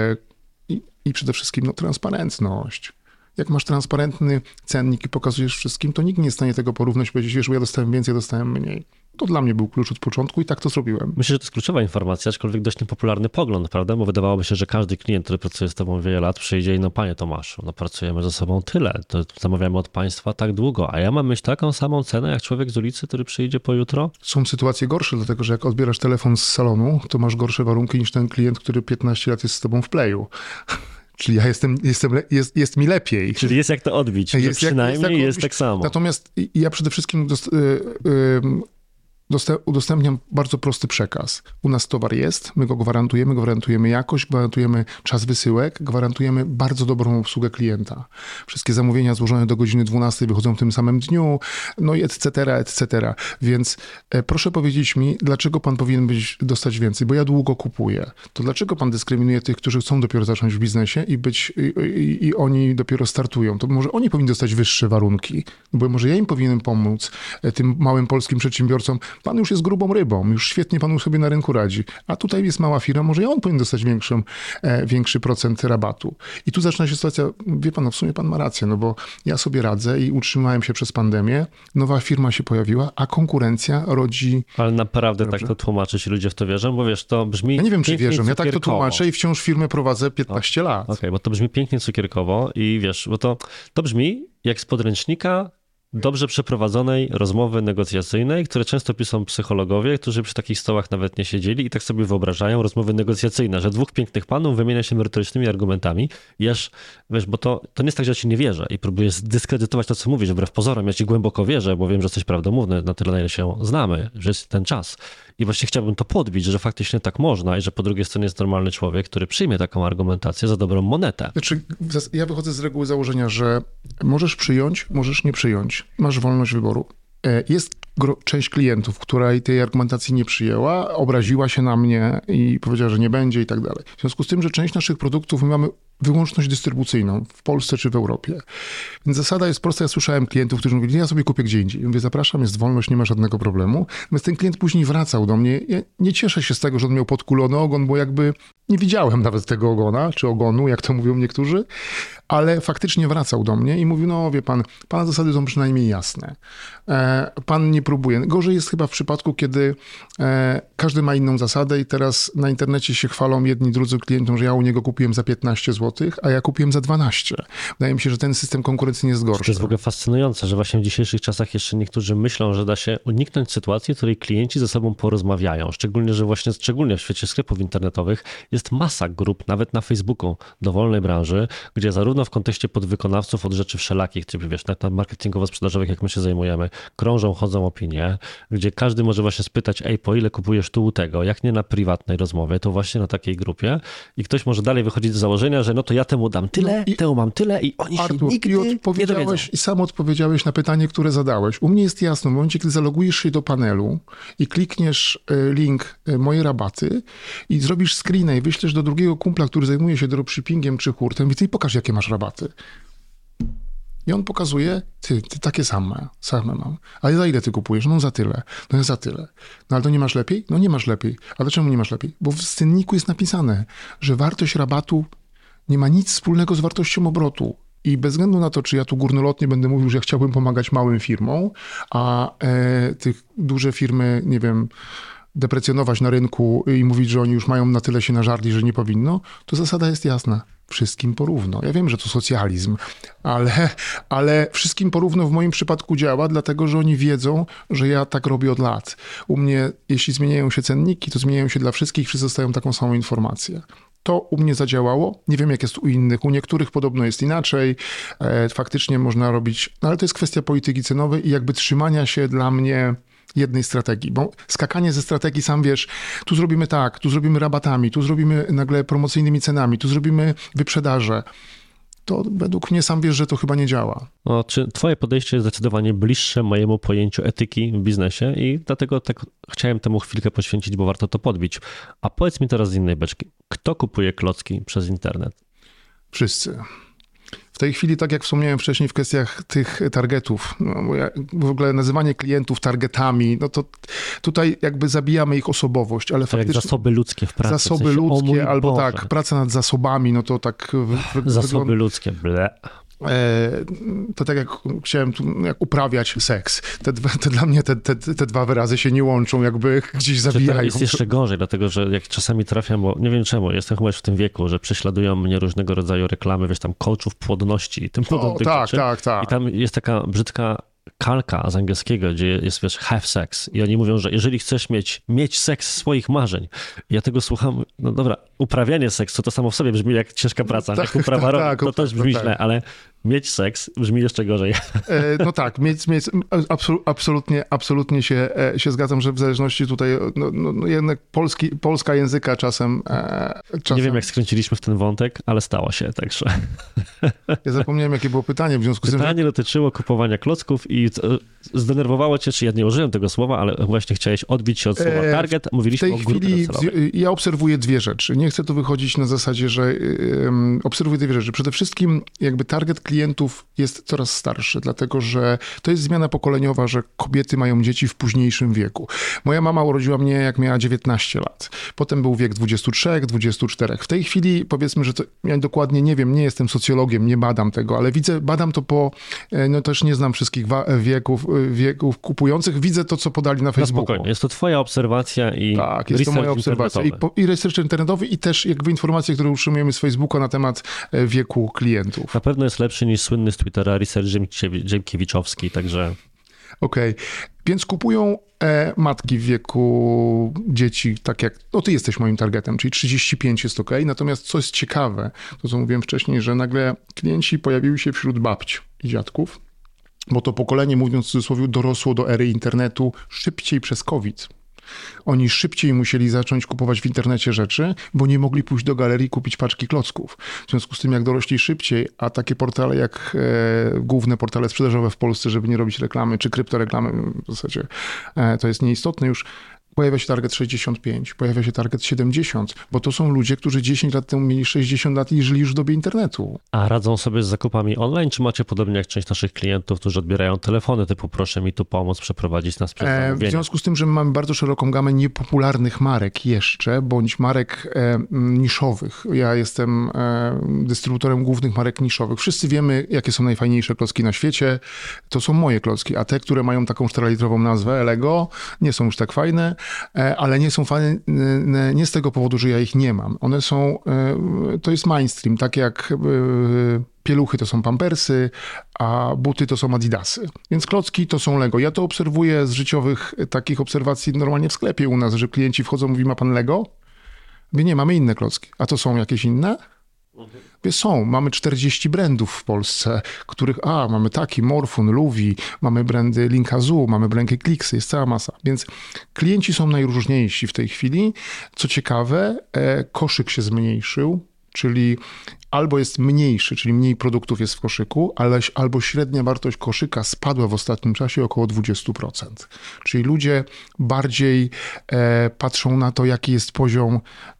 i przede wszystkim transparentność. Jak masz transparentny cennik i pokazujesz wszystkim, to nikt nie jest w stanie tego porównać i powiedzieć, wiesz, bo ja dostałem więcej, dostałem mniej. To dla mnie był klucz od początku i tak to zrobiłem. Myślę, że to jest kluczowa informacja, aczkolwiek dość niepopularny pogląd, prawda? Bo wydawałoby się, że każdy klient, który pracuje z tobą wiele lat, przyjdzie i no panie Tomaszu, no pracujemy ze sobą tyle, to zamawiamy od państwa tak długo, a ja mam mieć taką samą cenę jak człowiek z ulicy, który przyjdzie pojutro? Są sytuacje gorsze, dlatego że jak odbierasz telefon z salonu, to masz gorsze warunki niż ten klient, który 15 lat jest z tobą w playu. Czyli ja jest mi lepiej. Czyli jest jak to odbić, że przynajmniej jest tak samo. Natomiast ja przede wszystkim udostępniam bardzo prosty przekaz. U nas towar jest, my go gwarantujemy jakość, gwarantujemy czas wysyłek, gwarantujemy bardzo dobrą obsługę klienta. Wszystkie zamówienia złożone do godziny 12 wychodzą w tym samym dniu, no i etc. Więc proszę powiedzieć mi, dlaczego pan powinien dostać więcej? Bo ja długo kupuję. To dlaczego pan dyskryminuje tych, którzy chcą dopiero zacząć w biznesie i oni dopiero startują? To może oni powinni dostać wyższe warunki, bo może ja im powinienem pomóc, tym małym polskim przedsiębiorcom. Pan już jest grubą rybą, już świetnie panu sobie na rynku radzi, a tutaj jest mała firma, może i on powinien dostać większy procent rabatu. I tu zaczyna się sytuacja, wie pan, no w sumie pan ma rację, no bo ja sobie radzę i utrzymałem się przez pandemię, nowa firma się pojawiła, a konkurencja rodzi... Ale naprawdę tak to tłumaczyć, ludzie w to wierzą, bo wiesz, to brzmi... Ja nie wiem, czy wierzą, ja tak to tłumaczę i wciąż firmę prowadzę 15 lat. Okej, bo to brzmi pięknie cukierkowo i wiesz, bo to brzmi jak z podręcznika dobrze przeprowadzonej rozmowy negocjacyjnej, które często piszą psychologowie, którzy przy takich stołach nawet nie siedzieli i tak sobie wyobrażają rozmowy negocjacyjne, że dwóch pięknych panów wymienia się merytorycznymi argumentami. Wiesz, bo to nie jest tak, że ja ci nie wierzę i próbuję zdyskredytować to, co mówisz, wbrew pozorom. Ja ci głęboko wierzę, bo wiem, że jesteś prawdomówny na tyle, na ile się znamy, że jest ten czas. I właśnie chciałbym to podbić, że faktycznie tak można i że po drugiej stronie jest normalny człowiek, który przyjmie taką argumentację za dobrą monetę. Znaczy, ja wychodzę z reguły założenia, że możesz przyjąć, możesz nie przyjąć. Masz wolność wyboru. Jest część klientów, która tej argumentacji nie przyjęła, obraziła się na mnie i powiedziała, że nie będzie i tak dalej. W związku z tym, że część naszych produktów my mamy wyłączność dystrybucyjną w Polsce czy w Europie. Więc zasada jest prosta. Ja słyszałem klientów, którzy mówili, ja sobie kupię gdzie indziej. Ja mówię, zapraszam, jest wolność, nie ma żadnego problemu. Natomiast ten klient później wracał do mnie. Ja nie cieszę się z tego, że on miał podkulony ogon, bo jakby nie widziałem nawet tego ogona, czy ogonu, jak to mówią niektórzy, ale faktycznie wracał do mnie i mówił, no wie pan, pana zasady są przynajmniej jasne. Pan nie próbuje. Gorzej jest chyba w przypadku, kiedy każdy ma inną zasadę i teraz na internecie się chwalą jedni, drudzy klientom, że ja u niego kupiłem za 15 zł, a ja kupiłem za 12. Wydaje mi się, że ten system konkurencyjnie jest gorszy. To jest w ogóle fascynujące, że właśnie w dzisiejszych czasach jeszcze niektórzy myślą, że da się uniknąć sytuacji, w której klienci ze sobą porozmawiają. Szczególnie w świecie sklepów internetowych jest masa grup, nawet na Facebooku, dowolnej branży, gdzie zarówno w kontekście podwykonawców od rzeczy wszelakich, typu wiesz, na marketingowo-sprzedażowych, jak my się zajmujemy, chodzą opinie, gdzie każdy może właśnie spytać, po ile kupujesz tu u tego, jak nie na prywatnej rozmowie, to właśnie na takiej grupie i ktoś może dalej wychodzić z założenia, że no to ja temu dam tyle, temu mam tyle i oni Artur, się nigdy nie dowiedzą. I sam odpowiedziałeś na pytanie, które zadałeś. U mnie jest jasno, w momencie, kiedy zalogujesz się do panelu i klikniesz link moje rabaty i zrobisz screena i wyślesz do drugiego kumpla, który zajmuje się dropshippingiem czy hurtem, i ty pokaż, jakie masz rabaty. I on pokazuje, ty takie same mam. Ale za ile ty kupujesz? No za tyle. No ja za tyle. No ale to nie masz lepiej? No nie masz lepiej. A dlaczego nie masz lepiej? Bo w cenniku jest napisane, że wartość rabatu nie ma nic wspólnego z wartością obrotu. I bez względu na to, czy ja tu górnolotnie będę mówił, że chciałbym pomagać małym firmom, a tych duże firmy, nie wiem, deprecjonować na rynku i mówić, że oni już mają na tyle się nażarli, że nie powinno, to zasada jest jasna. Wszystkim porówno. Ja wiem, że to socjalizm, ale wszystkim porówno w moim przypadku działa, dlatego że oni wiedzą, że ja tak robię od lat. U mnie, jeśli zmieniają się cenniki, to zmieniają się dla wszystkich, wszyscy dostają taką samą informację. To u mnie zadziałało. Nie wiem, jak jest u innych. U niektórych podobno jest inaczej. Faktycznie można robić, no ale to jest kwestia polityki cenowej i jakby trzymania się dla mnie jednej strategii, bo skakanie ze strategii, sam wiesz, tu zrobimy tak, tu zrobimy rabatami, tu zrobimy nagle promocyjnymi cenami, tu zrobimy wyprzedaże. To według mnie sam wiesz, że to chyba nie działa. No, czy twoje podejście jest zdecydowanie bliższe mojemu pojęciu etyki w biznesie i dlatego tak chciałem temu chwilkę poświęcić, bo warto to podbić. A powiedz mi teraz z innej beczki, kto kupuje klocki przez internet? Wszyscy. W tej chwili, tak jak wspomniałem wcześniej w kwestiach tych targetów, no bo w ogóle nazywanie klientów targetami, no to tutaj jakby zabijamy ich osobowość, ale to faktycznie... jak zasoby ludzkie w pracy. Zasoby w sensie, ludzkie, albo Boże. tak, praca nad zasobami, no to tak... Zasoby ludzkie, ble. To tak jak chciałem jak uprawiać seks. Dla mnie te dwa wyrazy się nie łączą, jakby gdzieś zabijają. To jest jeszcze gorzej, dlatego że jak czasami trafiam, bo nie wiem czemu, jestem chyba już w tym wieku, że prześladują mnie różnego rodzaju reklamy, wiesz, tam coachów płodności i tym podobnych rzeczy. Tak. I tam jest taka brzydka kalka z angielskiego, gdzie jest, wiesz, have sex. I oni mówią, że jeżeli chcesz mieć seks swoich marzeń. Ja tego słucham, no dobra, uprawianie seksu to samo w sobie brzmi jak ciężka praca, jak uprawa robi, to też brzmi źle, ale Mieć seks brzmi jeszcze gorzej. No tak, absolutnie się zgadzam, że w zależności tutaj, no jednak polska języka czasem... Nie wiem, jak skręciliśmy w ten wątek, ale stało się, także... Ja zapomniałem, jakie było pytanie, w związku z tym... Pytanie dotyczyło kupowania klocków i zdenerwowało cię, czy ja nie użyłem tego słowa, ale właśnie chciałeś odbić się od słowa target, mówiliśmy o grupie docelowej. Ja obserwuję dwie rzeczy. Nie chcę tu wychodzić na zasadzie, że obserwuję dwie rzeczy. Przede wszystkim jakby target klientów jest coraz starszy, dlatego że to jest zmiana pokoleniowa, że kobiety mają dzieci w późniejszym wieku. Moja mama urodziła mnie, jak miała 19 lat. Potem był wiek 23, 24. W tej chwili powiedzmy, że to, ja dokładnie nie wiem, nie jestem socjologiem, nie badam tego, ale badam to no też nie znam wszystkich wieków kupujących, widzę to, co podali na Facebooku. Spokojnie, jest to twoja obserwacja i tak, jest to moja obserwacja i research internetowy i też jakby informacje, które utrzymujemy z Facebooka na temat wieku klientów. Na pewno jest lepszy niż słynny z Twittera research Ziemkiewiczowski, także... Okej, więc kupują matki w wieku dzieci, tak jak, no ty jesteś moim targetem, czyli 35 jest okej. Natomiast co jest ciekawe, to co mówiłem wcześniej, że nagle klienci pojawiły się wśród babci i dziadków, bo to pokolenie, mówiąc w cudzysłowie, dorosło do ery internetu szybciej przez COVID. Oni szybciej musieli zacząć kupować w internecie rzeczy, bo nie mogli pójść do galerii i kupić paczki klocków. W związku z tym, jak dorośli szybciej, a takie portale jak główne portale sprzedażowe w Polsce, żeby nie robić reklamy, czy kryptoreklamy, w zasadzie to jest nieistotne już, pojawia się target 65, pojawia się target 70, bo to są ludzie, którzy 10 lat temu mieli 60 lat i żyli już w dobie internetu. A radzą sobie z zakupami online, czy macie podobnie jak część naszych klientów, którzy odbierają telefony typu proszę mi tu pomóc przeprowadzić nas przez zamówienie? W związku z tym, że mamy bardzo szeroką gamę niepopularnych marek jeszcze, bądź marek niszowych. Ja jestem dystrybutorem głównych marek niszowych. Wszyscy wiemy, jakie są najfajniejsze klocki na świecie. To są moje klocki, a te, które mają taką 4-litrową nazwę Lego, nie są już tak fajne. Ale nie są fajne nie z tego powodu, że ja ich nie mam. One są, to jest mainstream, tak jak pieluchy to są Pampersy, a buty to są Adidasy. Więc klocki to są Lego. Ja to obserwuję z życiowych takich obserwacji normalnie w sklepie u nas, że klienci wchodzą, mówi, ma pan Lego? Mówię, nie, mamy inne klocki. A to są jakieś inne? Są, mamy 40 brandów w Polsce, których, mamy taki, Morfun, Luwi, mamy brandy Linkazu, mamy brandy Kliksy, jest cała masa. Więc klienci są najróżniejsi w tej chwili. Co ciekawe, koszyk się zmniejszył, czyli albo jest mniejszy, czyli mniej produktów jest w koszyku, albo średnia wartość koszyka spadła w ostatnim czasie około 20%. Czyli ludzie bardziej patrzą na to, jaki jest poziom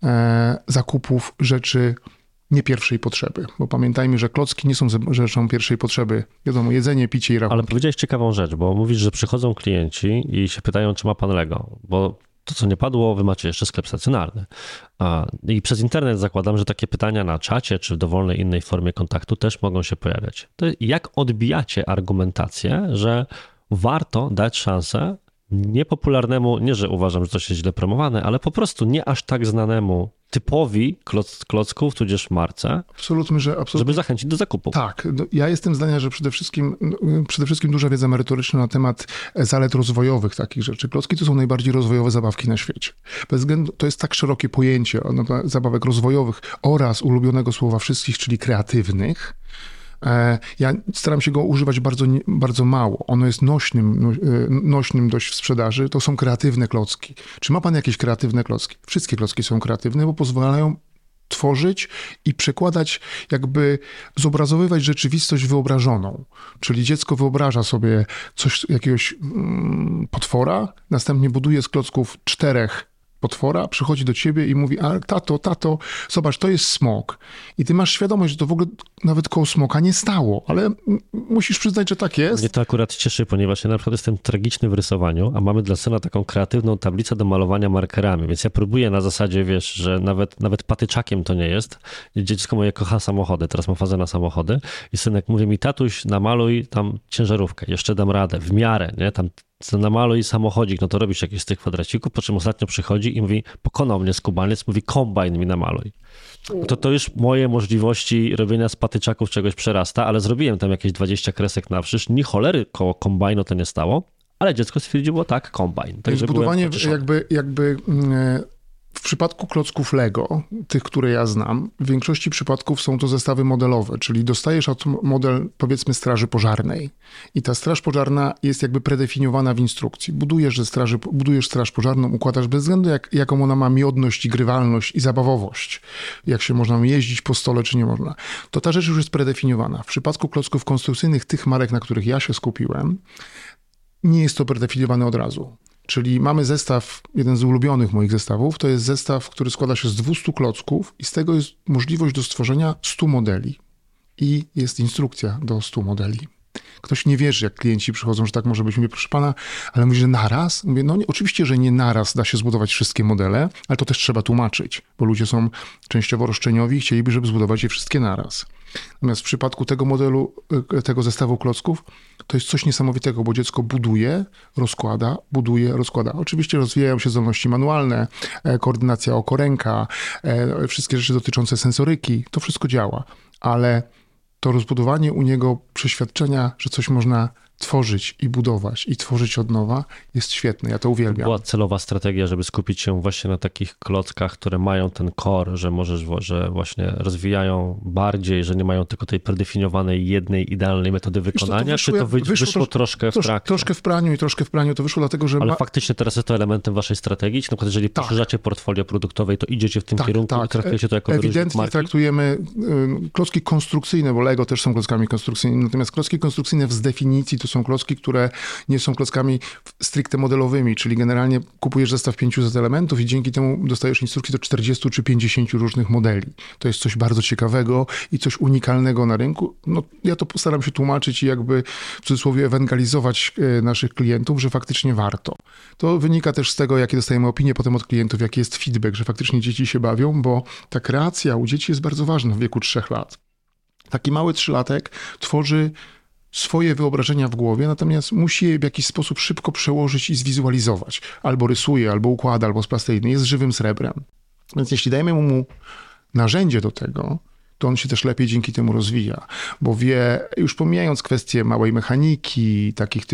zakupów rzeczy nie pierwszej potrzeby, bo pamiętajmy, że klocki nie są rzeczą pierwszej potrzeby. Wiadomo, jedzenie, picie i rachunki. Ale powiedziałeś ciekawą rzecz, bo mówisz, że przychodzą klienci i się pytają, czy ma pan Lego, bo to, co nie padło, wy macie jeszcze sklep stacjonarny. I przez internet zakładam, że takie pytania na czacie, czy w dowolnej innej formie kontaktu też mogą się pojawiać. To jak odbijacie argumentację, że warto dać szansę niepopularnemu, nie że uważam, że to jest źle promowane, ale po prostu nie aż tak znanemu typowi klocków, tudzież marce, absolutnie. Żeby zachęcić do zakupu. Tak, ja jestem zdania, że przede wszystkim duża wiedza merytoryczna na temat zalet rozwojowych takich rzeczy. Klocki to są najbardziej rozwojowe zabawki na świecie. Bez względu, to jest tak szerokie pojęcie zabawek rozwojowych oraz ulubionego słowa wszystkich, czyli kreatywnych. Ja staram się go używać bardzo mało. Ono jest nośnym dość w sprzedaży. To są kreatywne klocki. Czy ma pan jakieś kreatywne klocki? Wszystkie klocki są kreatywne, bo pozwalają tworzyć i przekładać, jakby zobrazowywać rzeczywistość wyobrażoną. Czyli dziecko wyobraża sobie jakiegoś potwora, następnie buduje z klocków 4 potwora, przychodzi do ciebie i mówi, a tato, zobacz, to jest smok. I ty masz świadomość, że to w ogóle nawet koło smoka nie stało, ale musisz przyznać, że tak jest. Mnie to akurat cieszy, ponieważ ja na przykład jestem tragiczny w rysowaniu, a mamy dla syna taką kreatywną tablicę do malowania markerami, więc ja próbuję na zasadzie, wiesz, że nawet patyczakiem to nie jest. Dziecko moje kocha samochody, teraz ma fazę na samochody i synek mówi mi, tatuś, namaluj tam ciężarówkę, jeszcze dam radę, w miarę, nie, tam namaluj samochodzik, no to robisz jakieś z tych kwadracików, po czym ostatnio przychodzi i mówi, pokonał mnie skubaniec, mówi, kombajn mi namaluj. To już moje możliwości robienia z patyczaków czegoś przerasta, ale zrobiłem tam jakieś 20 kresek na wszerz, ni cholery koło kombajnu to nie stało, ale dziecko stwierdziło, tak, kombajn. Także zbudowanie jakby W przypadku klocków Lego, tych, które ja znam, w większości przypadków są to zestawy modelowe, czyli dostajesz model, powiedzmy, straży pożarnej i ta straż pożarna jest jakby predefiniowana w instrukcji. Budujesz straż pożarną, układasz bez względu jaką ona ma miodność i grywalność i zabawowość, jak się można jeździć po stole, czy nie można. To ta rzecz już jest predefiniowana. W przypadku klocków konstrukcyjnych, tych marek, na których ja się skupiłem, nie jest to predefiniowane od razu. Czyli mamy zestaw, jeden z ulubionych moich zestawów, to jest zestaw, który składa się z 200 klocków i z tego jest możliwość do stworzenia 100 modeli. I jest instrukcja do 100 modeli. Ktoś nie wierzy, jak klienci przychodzą, że tak może być. Mówię, proszę pana, ale mówi, że naraz? Mówię, no nie, oczywiście, że nie naraz da się zbudować wszystkie modele, ale to też trzeba tłumaczyć, bo ludzie są częściowo roszczeniowi i chcieliby, żeby zbudować je wszystkie naraz. Natomiast w przypadku tego modelu, tego zestawu klocków, to jest coś niesamowitego, bo dziecko buduje, rozkłada. Oczywiście rozwijają się zdolności manualne, koordynacja oko-ręka, wszystkie rzeczy dotyczące sensoryki, to wszystko działa, ale to rozbudowanie u niego przeświadczenia, że coś można tworzyć i budować i tworzyć od nowa jest świetne. Ja to uwielbiam. Była celowa strategia, żeby skupić się właśnie na takich klockach, które mają ten core, że właśnie rozwijają bardziej, że nie mają tylko tej predefiniowanej jednej idealnej metody wykonania, czy to wyszło troszkę w trakcie? Troszkę w praniu to wyszło dlatego, że... Ale faktycznie teraz jest to elementem waszej strategii? Czy na przykład jeżeli poszerzacie portfolio produktowej, to idziecie w tym kierunku i traktujecie to jako ewidentnie marki? Traktujemy klocki konstrukcyjne, bo Lego też są klockami konstrukcyjnymi, natomiast klocki konstrukcyjne z definicji to są klocki, które nie są klockami stricte modelowymi, czyli generalnie kupujesz zestaw 500 elementów i dzięki temu dostajesz instrukcję do 40 czy 50 różnych modeli. To jest coś bardzo ciekawego i coś unikalnego na rynku. No, ja to postaram się tłumaczyć i jakby w cudzysłowie ewangelizować naszych klientów, że faktycznie warto. To wynika też z tego, jakie dostajemy opinie potem od klientów, jaki jest feedback, że faktycznie dzieci się bawią, bo ta kreacja u dzieci jest bardzo ważna w wieku 3 lat. Taki mały 3-latek tworzy swoje wyobrażenia w głowie, natomiast musi je w jakiś sposób szybko przełożyć i zwizualizować. Albo rysuje, albo układa, albo z plasteliny. Jest żywym srebrem. Więc jeśli dajemy mu narzędzie do tego, to on się też lepiej dzięki temu rozwija, bo wie, już pomijając kwestię małej mechaniki, takich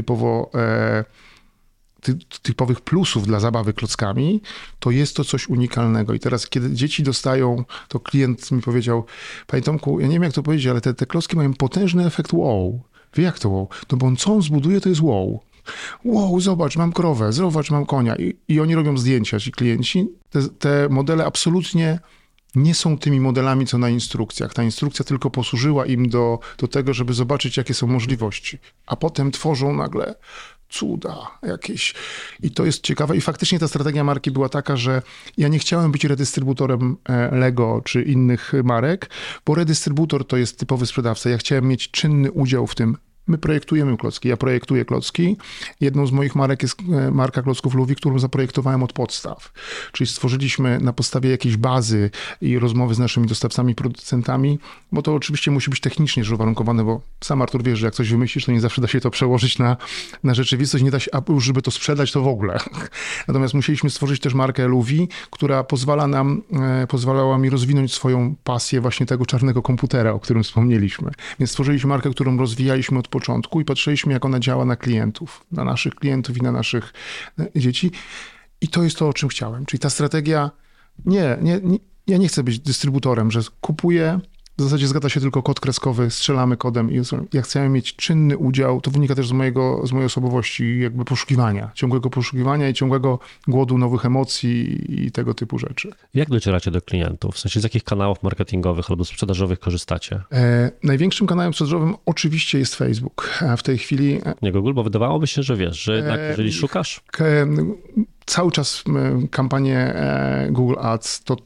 typowych plusów dla zabawy klockami, to jest to coś unikalnego. I teraz, kiedy dzieci dostają, to klient mi powiedział, panie Tomku, ja nie wiem, jak to powiedzieć, ale te klocki mają potężny efekt wow. Wie, jak to wow? No bo on co on zbuduje, to jest wow. Wow, zobacz, mam krowę, zobacz, mam konia. I oni robią zdjęcia, ci klienci. Te modele absolutnie nie są tymi modelami, co na instrukcjach. Ta instrukcja tylko posłużyła im do tego, żeby zobaczyć, jakie są możliwości. A potem tworzą nagle cuda jakieś. I to jest ciekawe. I faktycznie ta strategia marki była taka, że ja nie chciałem być redystrybutorem Lego czy innych marek, bo redystrybutor to jest typowy sprzedawca. Ja chciałem mieć czynny udział w tym. My projektujemy klocki, ja projektuję klocki. Jedną z moich marek jest marka klocków Luwi, którą zaprojektowałem od podstaw. Czyli stworzyliśmy na podstawie jakiejś bazy i rozmowy z naszymi dostawcami, producentami, bo to oczywiście musi być technicznie uwarunkowane, bo sam Artur wie, że jak coś wymyślisz, to nie zawsze da się to przełożyć na rzeczywistość, nie da się, a już żeby to sprzedać, to w ogóle. Natomiast musieliśmy stworzyć też markę Luwi, która pozwalała mi rozwinąć swoją pasję właśnie tego czarnego komputera, o którym wspomnieliśmy. Więc stworzyliśmy markę, którą rozwijaliśmy od początku i patrzyliśmy, jak ona działa na klientów, na naszych klientów i na naszych dzieci. I to jest to, o czym chciałem. Czyli ta strategia, ja nie chcę być dystrybutorem, że kupuję, w zasadzie zgadza się tylko kod kreskowy, strzelamy kodem i jak chcemy mieć czynny udział, to wynika też z mojej osobowości, jakby ciągłego poszukiwania i ciągłego głodu nowych emocji i tego typu rzeczy. Jak docieracie do klientów? W sensie z jakich kanałów marketingowych albo sprzedażowych korzystacie? Największym kanałem sprzedażowym oczywiście jest Facebook. A w tej chwili... Nie Google, bo wydawało by się, że wiesz, że jednak jeżeli szukasz... Cały czas kampanię Google Ads to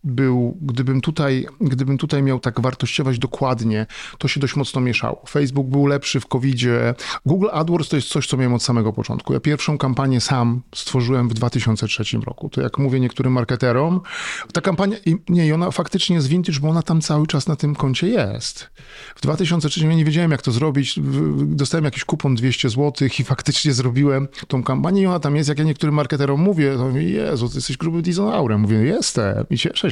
gdybym tutaj miał tak wartościować dokładnie, to się dość mocno mieszało. Facebook był lepszy w COVID-zie. Google AdWords to jest coś, co miałem od samego początku. Ja pierwszą kampanię sam stworzyłem w 2003 roku. To jak mówię niektórym marketerom, ta kampania, i ona faktycznie jest vintage, bo ona tam cały czas na tym koncie jest. W 2003 ja nie wiedziałem, jak to zrobić. Dostałem jakiś kupon 200 zł i faktycznie zrobiłem tą kampanię i ona tam jest. Jak ja niektórym marketerom mówię, to mówię, Jezu, ty jesteś grubym dinozaurem. Mówię, jestem i cieszę się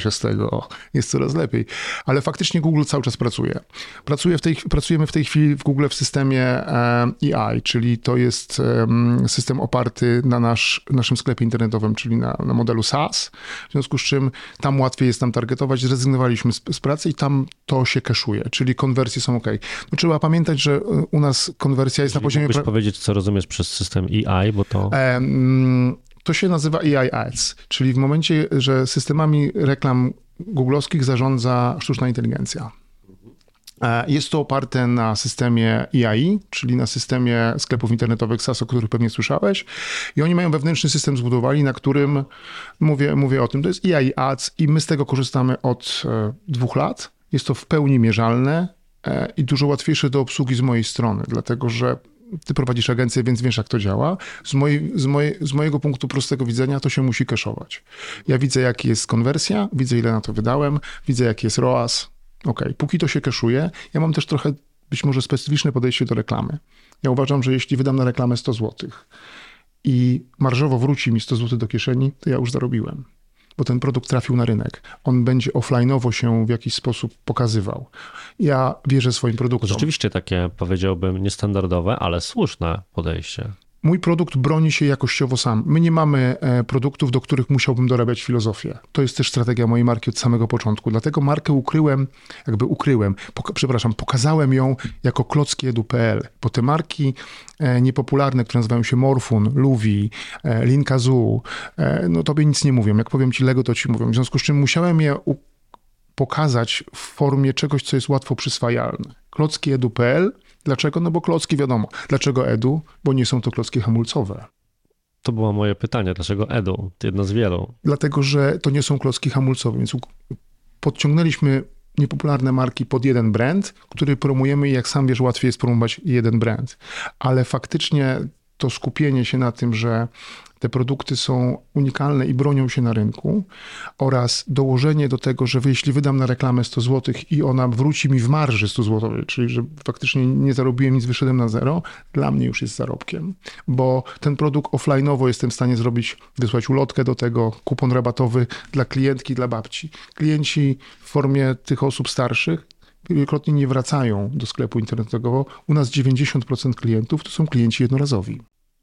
się z tego, jest coraz lepiej. Ale faktycznie Google cały czas pracuje. Pracujemy w tej chwili w Google w systemie AI, czyli to jest system oparty na naszym sklepie internetowym, czyli na modelu SaaS, w związku z czym tam łatwiej jest nam targetować. Zrezygnowaliśmy z pracy i tam to się kaszuje, czyli konwersje są ok. No, trzeba pamiętać, że u nas konwersja jest na poziomie... Mógłbyś powiedzieć, co rozumiesz przez system AI, bo to... To się nazywa AI Ads, czyli w momencie, że systemami reklam googlowskich zarządza sztuczna inteligencja. Jest to oparte na systemie AI, czyli na systemie sklepów internetowych SaaS, o których pewnie słyszałeś. I oni mają wewnętrzny system zbudowali, na którym mówię o tym. To jest AI Ads i my z tego korzystamy od 2 lat. Jest to w pełni mierzalne i dużo łatwiejsze do obsługi z mojej strony, dlatego że ty prowadzisz agencję, więc wiesz, jak to działa. Z mojego punktu prostego widzenia to się musi kaszować. Ja widzę, jaka jest konwersja, widzę, ile na to wydałem, widzę, jaki jest ROAS. Póki to się kaszuje, ja mam też trochę być może specyficzne podejście do reklamy. Ja uważam, że jeśli wydam na reklamę 100 zł i marżowo wróci mi 100 zł do kieszeni, to ja już zarobiłem. Bo ten produkt trafił na rynek. On będzie offline'owo się w jakiś sposób pokazywał. Ja wierzę swoim produktom. Rzeczywiście takie, powiedziałbym, niestandardowe, ale słuszne podejście. Mój produkt broni się jakościowo sam. My nie mamy produktów, do których musiałbym dorabiać filozofię. To jest też strategia mojej marki od samego początku. Dlatego markę pokazałem ją jako klocki.edu.pl, bo te marki niepopularne, które nazywają się Morfun, Luwi, Linkazoo, no tobie nic nie mówią. Jak powiem ci Lego, to ci mówią. W związku z czym musiałem je pokazać w formie czegoś, co jest łatwo przyswajalne. Klocki.edu.pl. Dlaczego? No bo klocki wiadomo. Dlaczego edu? Bo nie są to klocki hamulcowe. To było moje pytanie. Dlaczego edu? Jedno z wielu. Dlatego, że to nie są klocki hamulcowe, więc podciągnęliśmy niepopularne marki pod jeden brand, który promujemy i jak sam wiesz, łatwiej jest promować jeden brand. Ale faktycznie to skupienie się na tym, że te produkty są unikalne i bronią się na rynku oraz dołożenie do tego, że jeśli wydam na reklamę 100 zł i ona wróci mi w marży 100 zł, czyli że faktycznie nie zarobiłem nic, wyszedłem na zero, dla mnie już jest zarobkiem, bo ten produkt offline'owo jestem w stanie wysłać ulotkę do tego, kupon rabatowy dla klientki, dla babci. Klienci w formie tych osób starszych wielokrotnie nie wracają do sklepu internetowego. U nas 90% klientów to są klienci jednorazowi.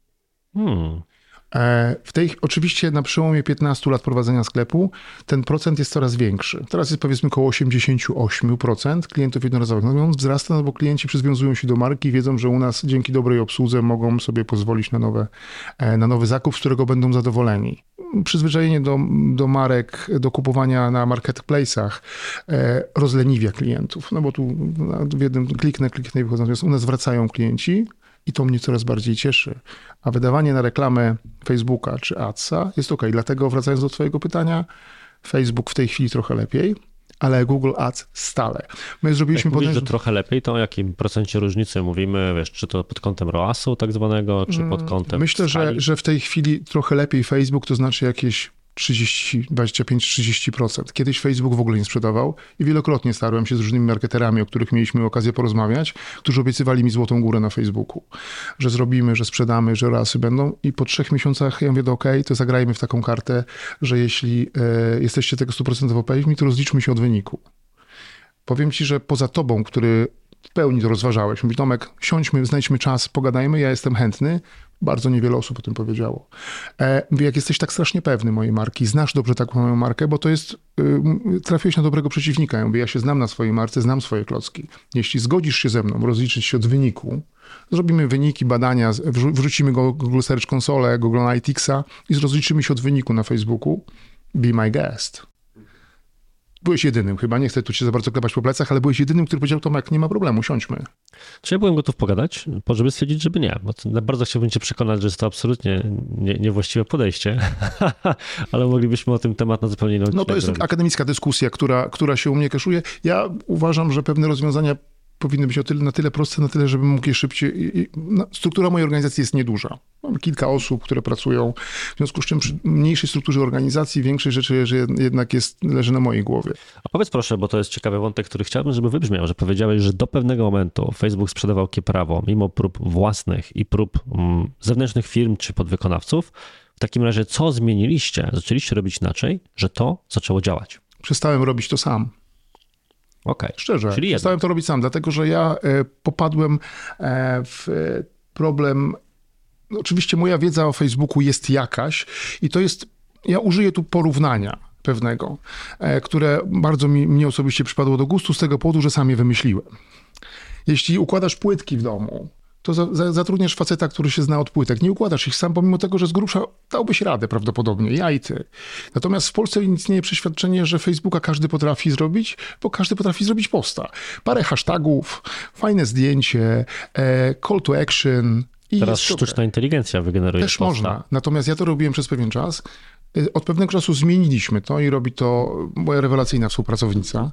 Oczywiście na przełomie 15 lat prowadzenia sklepu ten procent jest coraz większy. Teraz jest powiedzmy około 88% klientów jednorazowych. No on wzrasta, no bo klienci przywiązują się do marki i wiedzą, że u nas dzięki dobrej obsłudze mogą sobie pozwolić na nowy zakup, z którego będą zadowoleni. Przyzwyczajenie do marek, do kupowania na marketplace'ach rozleniwia klientów. No bo tu w jednym kliknę i wychodzą. Natomiast u nas wracają klienci. I to mnie coraz bardziej cieszy. A wydawanie na reklamę Facebooka czy Adsa jest ok. Dlatego wracając do twojego pytania, Facebook w tej chwili trochę lepiej, ale Google Ads stale. My zrobiliśmy Jak mówisz, że trochę lepiej, to o jakim procencie różnicy mówimy? Wiesz, czy to pod kątem ROAS-u tak zwanego, czy pod kątem Myślę, że w tej chwili trochę lepiej Facebook, to znaczy jakieś 25-30%. Kiedyś Facebook w ogóle nie sprzedawał i wielokrotnie starałem się z różnymi marketerami, o których mieliśmy okazję porozmawiać, którzy obiecywali mi złotą górę na Facebooku, że zrobimy, że sprzedamy, że ROAS-y będą i po 3 miesiącach ja mówię, to zagrajmy w taką kartę, że jeśli jesteście tego 100% pewni, to rozliczmy się od wyniku. Powiem ci, że poza tobą, który w pełni to rozważałeś, mówisz, Tomek, siądźmy, znajdźmy czas, pogadajmy, ja jestem chętny. Bardzo niewiele osób o tym powiedziało. Mówię, jak jesteś tak strasznie pewny mojej marki, znasz dobrze taką moją markę, bo to jest, trafiłeś na dobrego przeciwnika. Ja mówię, ja się znam na swojej marce, znam swoje klocki. Jeśli zgodzisz się ze mną rozliczyć się od wyniku, zrobimy wyniki, badania, wrzucimy go Google Search Console, Google Analyticsa i rozliczymy się od wyniku na Facebooku, be my guest. Byłeś jedynym chyba, nie chcę tu cię za bardzo klepać po plecach, ale byłeś jedynym, który powiedział, Tomek, nie ma problemu, siądźmy. Czy ja byłem gotów pogadać, żeby stwierdzić, żeby nie, bo bardzo chciałbym cię przekonać, że jest to absolutnie niewłaściwe podejście, ale moglibyśmy o tym temat na zupełnie inny odcinek. No to jest akademicka dyskusja, która się u mnie kaszuje. Ja uważam, że pewne rozwiązania powinny być na tyle proste, na tyle, żeby mógł je szybciej. Struktura mojej organizacji jest nieduża. Mam kilka osób, które pracują, w związku z czym przy mniejszej strukturze organizacji większej rzeczy jednak leży na mojej głowie. A powiedz proszę, bo to jest ciekawy wątek, który chciałbym, żeby wybrzmiał, że powiedziałeś, że do pewnego momentu Facebook sprzedawał prawo, mimo prób własnych i prób zewnętrznych firm czy podwykonawców. W takim razie co zmieniliście? Zaczęliście robić inaczej, że to zaczęło działać? Przestałem robić to sam. Okej. Szczerze, Czyli przestałem to robić sam, dlatego że ja popadłem w problem. No, oczywiście moja wiedza o Facebooku jest jakaś i to jest, ja użyję tu porównania pewnego, które bardzo mnie osobiście przypadło do gustu z tego powodu, że sam je wymyśliłem. Jeśli układasz płytki w domu, to zatrudniasz faceta, który się zna od płytek. Nie układasz ich sam, pomimo tego, że z grubsza dałbyś radę prawdopodobnie, ja i ty. Natomiast w Polsce istnieje przeświadczenie, że Facebooka każdy potrafi zrobić, bo każdy potrafi zrobić posta. Parę hashtagów, fajne zdjęcie, call to action. I teraz sztuczna inteligencja wygeneruje też posta. można. Natomiast ja to robiłem przez pewien czas. Od pewnego czasu zmieniliśmy to i robi to moja rewelacyjna współpracownica,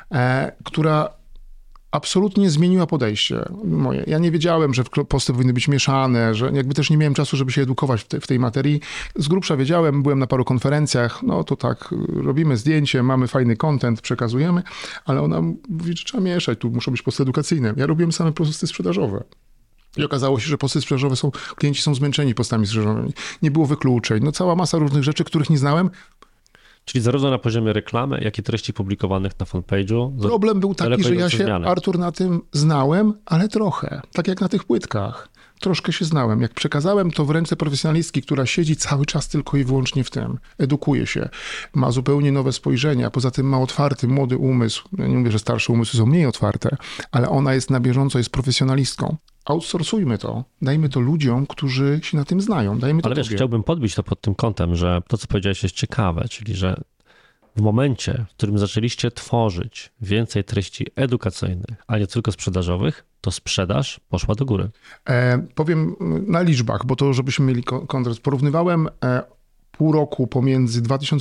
która absolutnie zmieniła podejście moje. Ja nie wiedziałem, że posty powinny być mieszane, że jakby też nie miałem czasu, żeby się edukować w tej materii. Z grubsza wiedziałem, byłem na paru konferencjach, no to tak, robimy zdjęcie, mamy fajny content, przekazujemy, ale ona mówi, że trzeba mieszać, tu muszą być posty edukacyjne. Ja robiłem same posty sprzedażowe. I okazało się, że posty sprzedażowe klienci są zmęczeni postami sprzedażowymi. Nie było wykluczeń, no cała masa różnych rzeczy, których nie znałem. Czyli zarówno na poziomie reklamy, jak i treści publikowanych na fanpage'u. Problem był taki, że ja się, zmiany. Artur, na tym znałem, ale trochę. Tak jak na tych płytkach. Troszkę się znałem. Jak przekazałem to w ręce profesjonalistki, która siedzi cały czas tylko i wyłącznie w tym, edukuje się, ma zupełnie nowe spojrzenia, poza tym ma otwarty, młody umysł. Ja nie mówię, że starsze umysły są mniej otwarte, ale ona jest na bieżąco, jest profesjonalistką. Outsourcujmy to, dajmy to ludziom, którzy się na tym znają. Dajmy to Ale wiesz, tobie. chciałbym podbić to pod tym kątem, że to, co powiedziałeś, jest ciekawe, czyli że w momencie, w którym zaczęliście tworzyć więcej treści edukacyjnych, a nie tylko sprzedażowych, to sprzedaż poszła do góry. Powiem na liczbach, bo to żebyśmy mieli kontekst. Porównywałem pół roku pomiędzy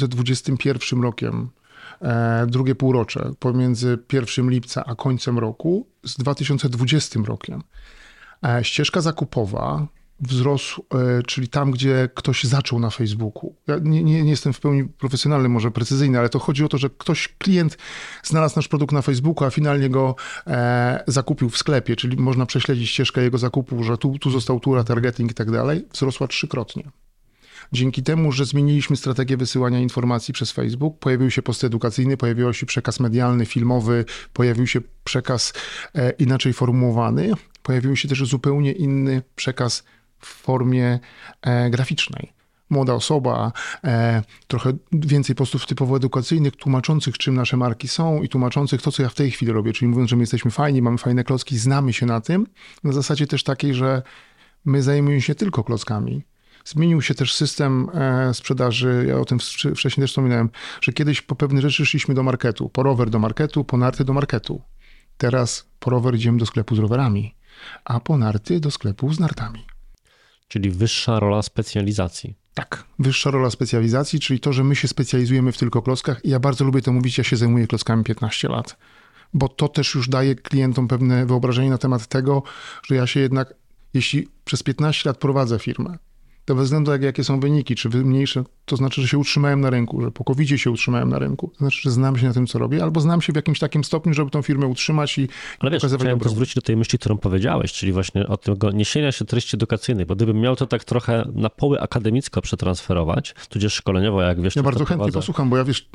2021 rokiem, drugie półrocze, pomiędzy 1 lipca a końcem roku z 2020 rokiem. Ścieżka zakupowa wzrosł, czyli tam, gdzie ktoś zaczął na Facebooku. Ja nie jestem w pełni profesjonalny, może precyzyjny, ale to chodzi o to, że klient znalazł nasz produkt na Facebooku, a finalnie go zakupił w sklepie, czyli można prześledzić ścieżkę jego zakupu, że tu został retargeting i tak dalej, wzrosła 3-krotnie. Dzięki temu, że zmieniliśmy strategię wysyłania informacji przez Facebook, pojawił się post edukacyjny, pojawił się przekaz medialny, filmowy, pojawił się przekaz inaczej formułowany, pojawił się też zupełnie inny przekaz w formie graficznej. Młoda osoba, trochę więcej postów typowo edukacyjnych, tłumaczących, czym nasze marki są i tłumaczących to, co ja w tej chwili robię, czyli mówiąc, że my jesteśmy fajni, mamy fajne klocki, znamy się na tym, na zasadzie też takiej, że my zajmujemy się tylko klockami. Zmienił się też system sprzedaży, ja o tym wcześniej też wspominałem, że kiedyś po pewne rzeczy szliśmy do marketu, po rower do marketu, po narty do marketu. Teraz po rower idziemy do sklepu z rowerami, a po narty do sklepu z nartami. Czyli wyższa rola specjalizacji. Tak, wyższa rola specjalizacji, czyli to, że my się specjalizujemy w tylko klockach i ja bardzo lubię to mówić, ja się zajmuję klockami 15 lat, bo to też już daje klientom pewne wyobrażenie na temat tego, że ja się jednak, jeśli przez 15 lat prowadzę firmę, to bez względu jakie są wyniki, czy mniejsze, to znaczy, że się utrzymałem na rynku, że po COVID-zie się utrzymałem na rynku. To znaczy, że znam się na tym, co robię, albo znam się w jakimś takim stopniu, żeby tą firmę utrzymać i Ale wiesz, chciałem to zwrócić do tej myśli, którą powiedziałeś, czyli właśnie o tego niesienia się treści edukacyjnej, bo gdybym miał to tak trochę na poły akademicko przetransferować, tudzież szkoleniowo, jak wiesz... Ja bardzo chętnie posłucham, bo ja wiesz...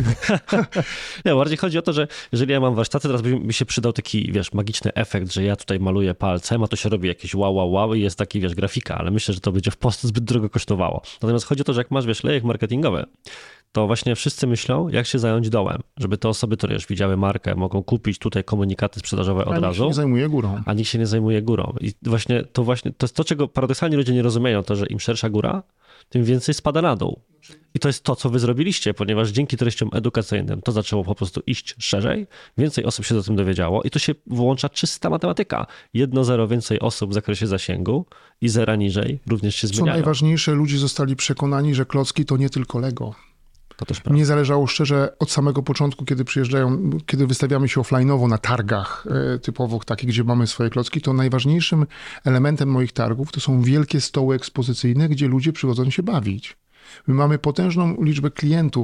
Nie, bardziej chodzi o to, że jeżeli ja mam warsztaty, teraz by mi się przydał taki, wiesz, magiczny efekt, że ja tutaj maluję palcem, a to się robi jakieś wow i jest taki, wiesz, grafika, ale myślę, że to będzie w post zbyt drogo kosztowało. Natomiast chodzi o to, że jak masz, wiesz, lejek marketingowy, to właśnie wszyscy myślą, jak się zająć dołem, żeby te osoby, które już widziały markę, mogą kupić tutaj komunikaty sprzedażowe od razu. Nikt się nie zajmuje górą. A nikt się nie zajmuje górą. I właśnie to jest to, czego paradoksalnie ludzie nie rozumieją, to, że im szersza góra, tym więcej spada na dół. I to jest to, co wy zrobiliście, ponieważ dzięki treściom edukacyjnym to zaczęło po prostu iść szerzej, więcej osób się o tym dowiedziało i tu się włącza czysta matematyka. 1-0 więcej osób w zakresie zasięgu i 0 niżej również się zmieniają. Co najważniejsze, ludzie zostali przekonani, że klocki to nie tylko Lego. To też prawda. Mnie zależało szczerze od samego początku, kiedy wystawiamy się offline'owo na targach typowo takich, gdzie mamy swoje klocki, to najważniejszym elementem moich targów to są wielkie stoły ekspozycyjne, gdzie ludzie przychodzą się bawić. My mamy potężną liczbę klientów,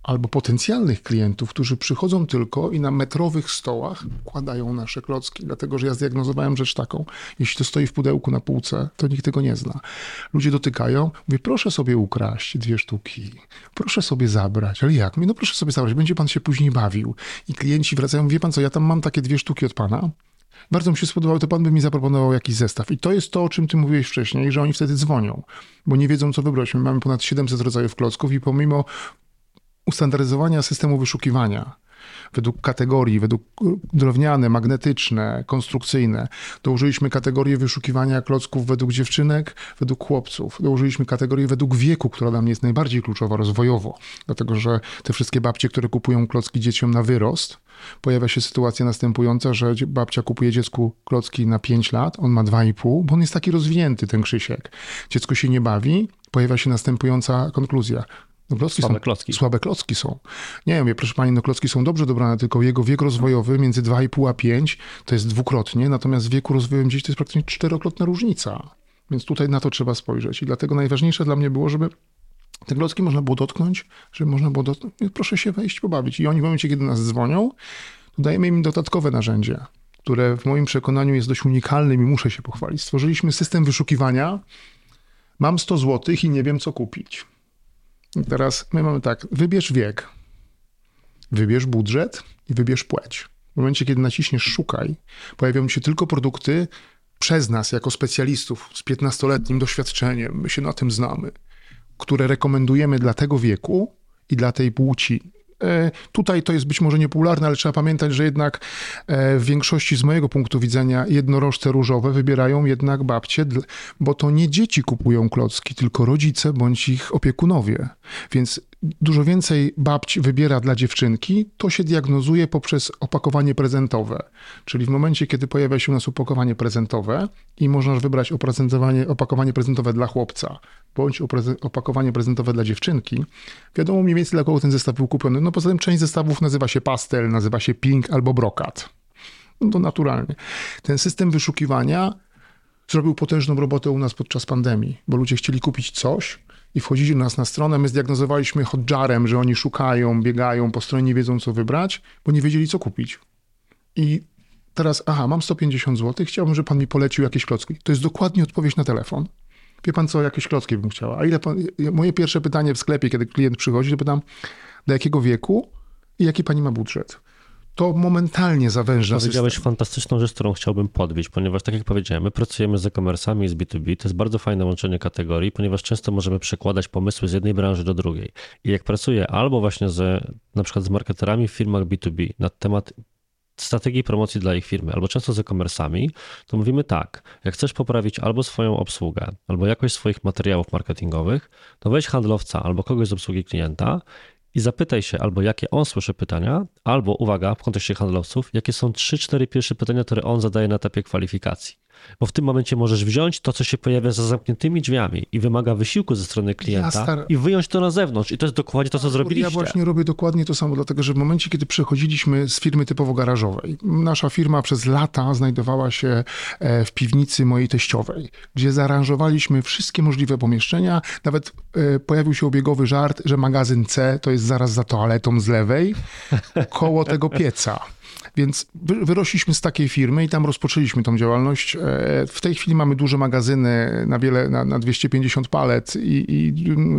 albo potencjalnych klientów, którzy przychodzą tylko i na metrowych stołach kładają nasze klocki. Dlatego, że ja zdiagnozowałem rzecz taką. Jeśli to stoi w pudełku na półce, to nikt tego nie zna. Ludzie dotykają, mówię, proszę sobie ukraść 2 sztuki, proszę sobie zabrać. Ale jak? No proszę sobie zabrać, będzie pan się później bawił. I klienci wracają, wie pan co, ja tam mam takie 2 sztuki od pana. Bardzo mi się spodobało, to pan by mi zaproponował jakiś zestaw. I to jest to, o czym ty mówiłeś wcześniej, że oni wtedy dzwonią, bo nie wiedzą, co wybrać. My mamy ponad 700 rodzajów klocków i pomimo ustandaryzowania systemu wyszukiwania według kategorii, według drewniane, magnetyczne, konstrukcyjne, dołożyliśmy kategorię wyszukiwania klocków według dziewczynek, według chłopców. Dołożyliśmy kategorię według wieku, która dla mnie jest najbardziej kluczowa rozwojowo, dlatego że te wszystkie babcie, które kupują klocki dzieciom na wyrost, pojawia się sytuacja następująca, że babcia kupuje dziecku klocki na 5 lat, on ma 2,5, bo on jest taki rozwinięty, ten Krzysiek. Dziecko się nie bawi, pojawia się następująca konkluzja. No słabe klocki są. Nie, mówię, proszę pani, no klocki są dobrze dobrane, tylko jego wiek rozwojowy między 2,5 a 5 to jest dwukrotnie, natomiast w wieku rozwojowym dzieci to jest praktycznie 4-krotna różnica. Więc tutaj na to trzeba spojrzeć. I dlatego najważniejsze dla mnie było, żeby te klocki można było dotknąć, proszę się wejść, pobawić. I oni w momencie, kiedy nas dzwonią, to dajemy im dodatkowe narzędzie, które w moim przekonaniu jest dość unikalnym i muszę się pochwalić. Stworzyliśmy system wyszukiwania. Mam 100 zł i nie wiem, co kupić. I teraz my mamy tak, wybierz wiek, wybierz budżet i wybierz płeć. W momencie, kiedy naciśniesz szukaj, pojawią się tylko produkty przez nas, jako specjalistów z 15-letnim doświadczeniem, my się na tym znamy, które rekomendujemy dla tego wieku i dla tej płci. Tutaj to jest być może niepopularne, ale trzeba pamiętać, że jednak w większości z mojego punktu widzenia jednorożce różowe wybierają jednak babcie, bo to nie dzieci kupują klocki, tylko rodzice bądź ich opiekunowie. Więc dużo więcej babć wybiera dla dziewczynki, to się diagnozuje poprzez opakowanie prezentowe. Czyli w momencie, kiedy pojawia się u nas opakowanie prezentowe i można wybrać opakowanie prezentowe dla chłopca, bądź opakowanie prezentowe dla dziewczynki, wiadomo mniej więcej, dla kogo ten zestaw był kupiony. No poza tym część zestawów nazywa się pastel, nazywa się pink albo brokat. No to naturalnie. Ten system wyszukiwania zrobił potężną robotę u nas podczas pandemii, bo ludzie chcieli kupić coś i wchodzili do nas na stronę. My zdiagnozowaliśmy hotjarem, że oni szukają, biegają po stronie, nie wiedzą, co wybrać, bo nie wiedzieli, co kupić. I teraz, mam 150 zł, chciałbym, żeby pan mi polecił jakieś klocki. To jest dokładnie odpowiedź na telefon. Wie pan co, jakieś klocki bym chciała. A ile pan... Moje pierwsze pytanie w sklepie, kiedy klient przychodzi, to pytam, do jakiego wieku i jaki pani ma budżet. To momentalnie zawęża system. Powiedziałeś fantastyczną rzecz, którą chciałbym podbić, ponieważ tak jak powiedziałem, my pracujemy z e-commerce'ami i z B2B, to jest bardzo fajne łączenie kategorii, ponieważ często możemy przekładać pomysły z jednej branży do drugiej. I jak pracuję albo właśnie na przykład z marketerami w firmach B2B na temat strategii promocji dla ich firmy, albo często z e-commerce'ami, to mówimy tak, jak chcesz poprawić albo swoją obsługę, albo jakość swoich materiałów marketingowych, to weź handlowca albo kogoś z obsługi klienta i zapytaj się albo jakie on słyszy pytania, albo uwaga, w kontekście handlowców, jakie są 3-4 pierwsze pytania, które on zadaje na etapie kwalifikacji. Bo w tym momencie możesz wziąć to, co się pojawia za zamkniętymi drzwiami i wymaga wysiłku ze strony klienta i wyjąć to na zewnątrz. I to jest dokładnie to, co zrobiliście. Ja właśnie robię dokładnie to samo, dlatego że w momencie, kiedy przechodziliśmy z firmy typowo garażowej, nasza firma przez lata znajdowała się w piwnicy mojej teściowej, gdzie zaaranżowaliśmy wszystkie możliwe pomieszczenia. Nawet pojawił się obiegowy żart, że magazyn C to jest zaraz za toaletą z lewej, koło tego pieca. Więc wyrośliśmy z takiej firmy i tam rozpoczęliśmy tą działalność. W tej chwili mamy duże magazyny na 250 palet i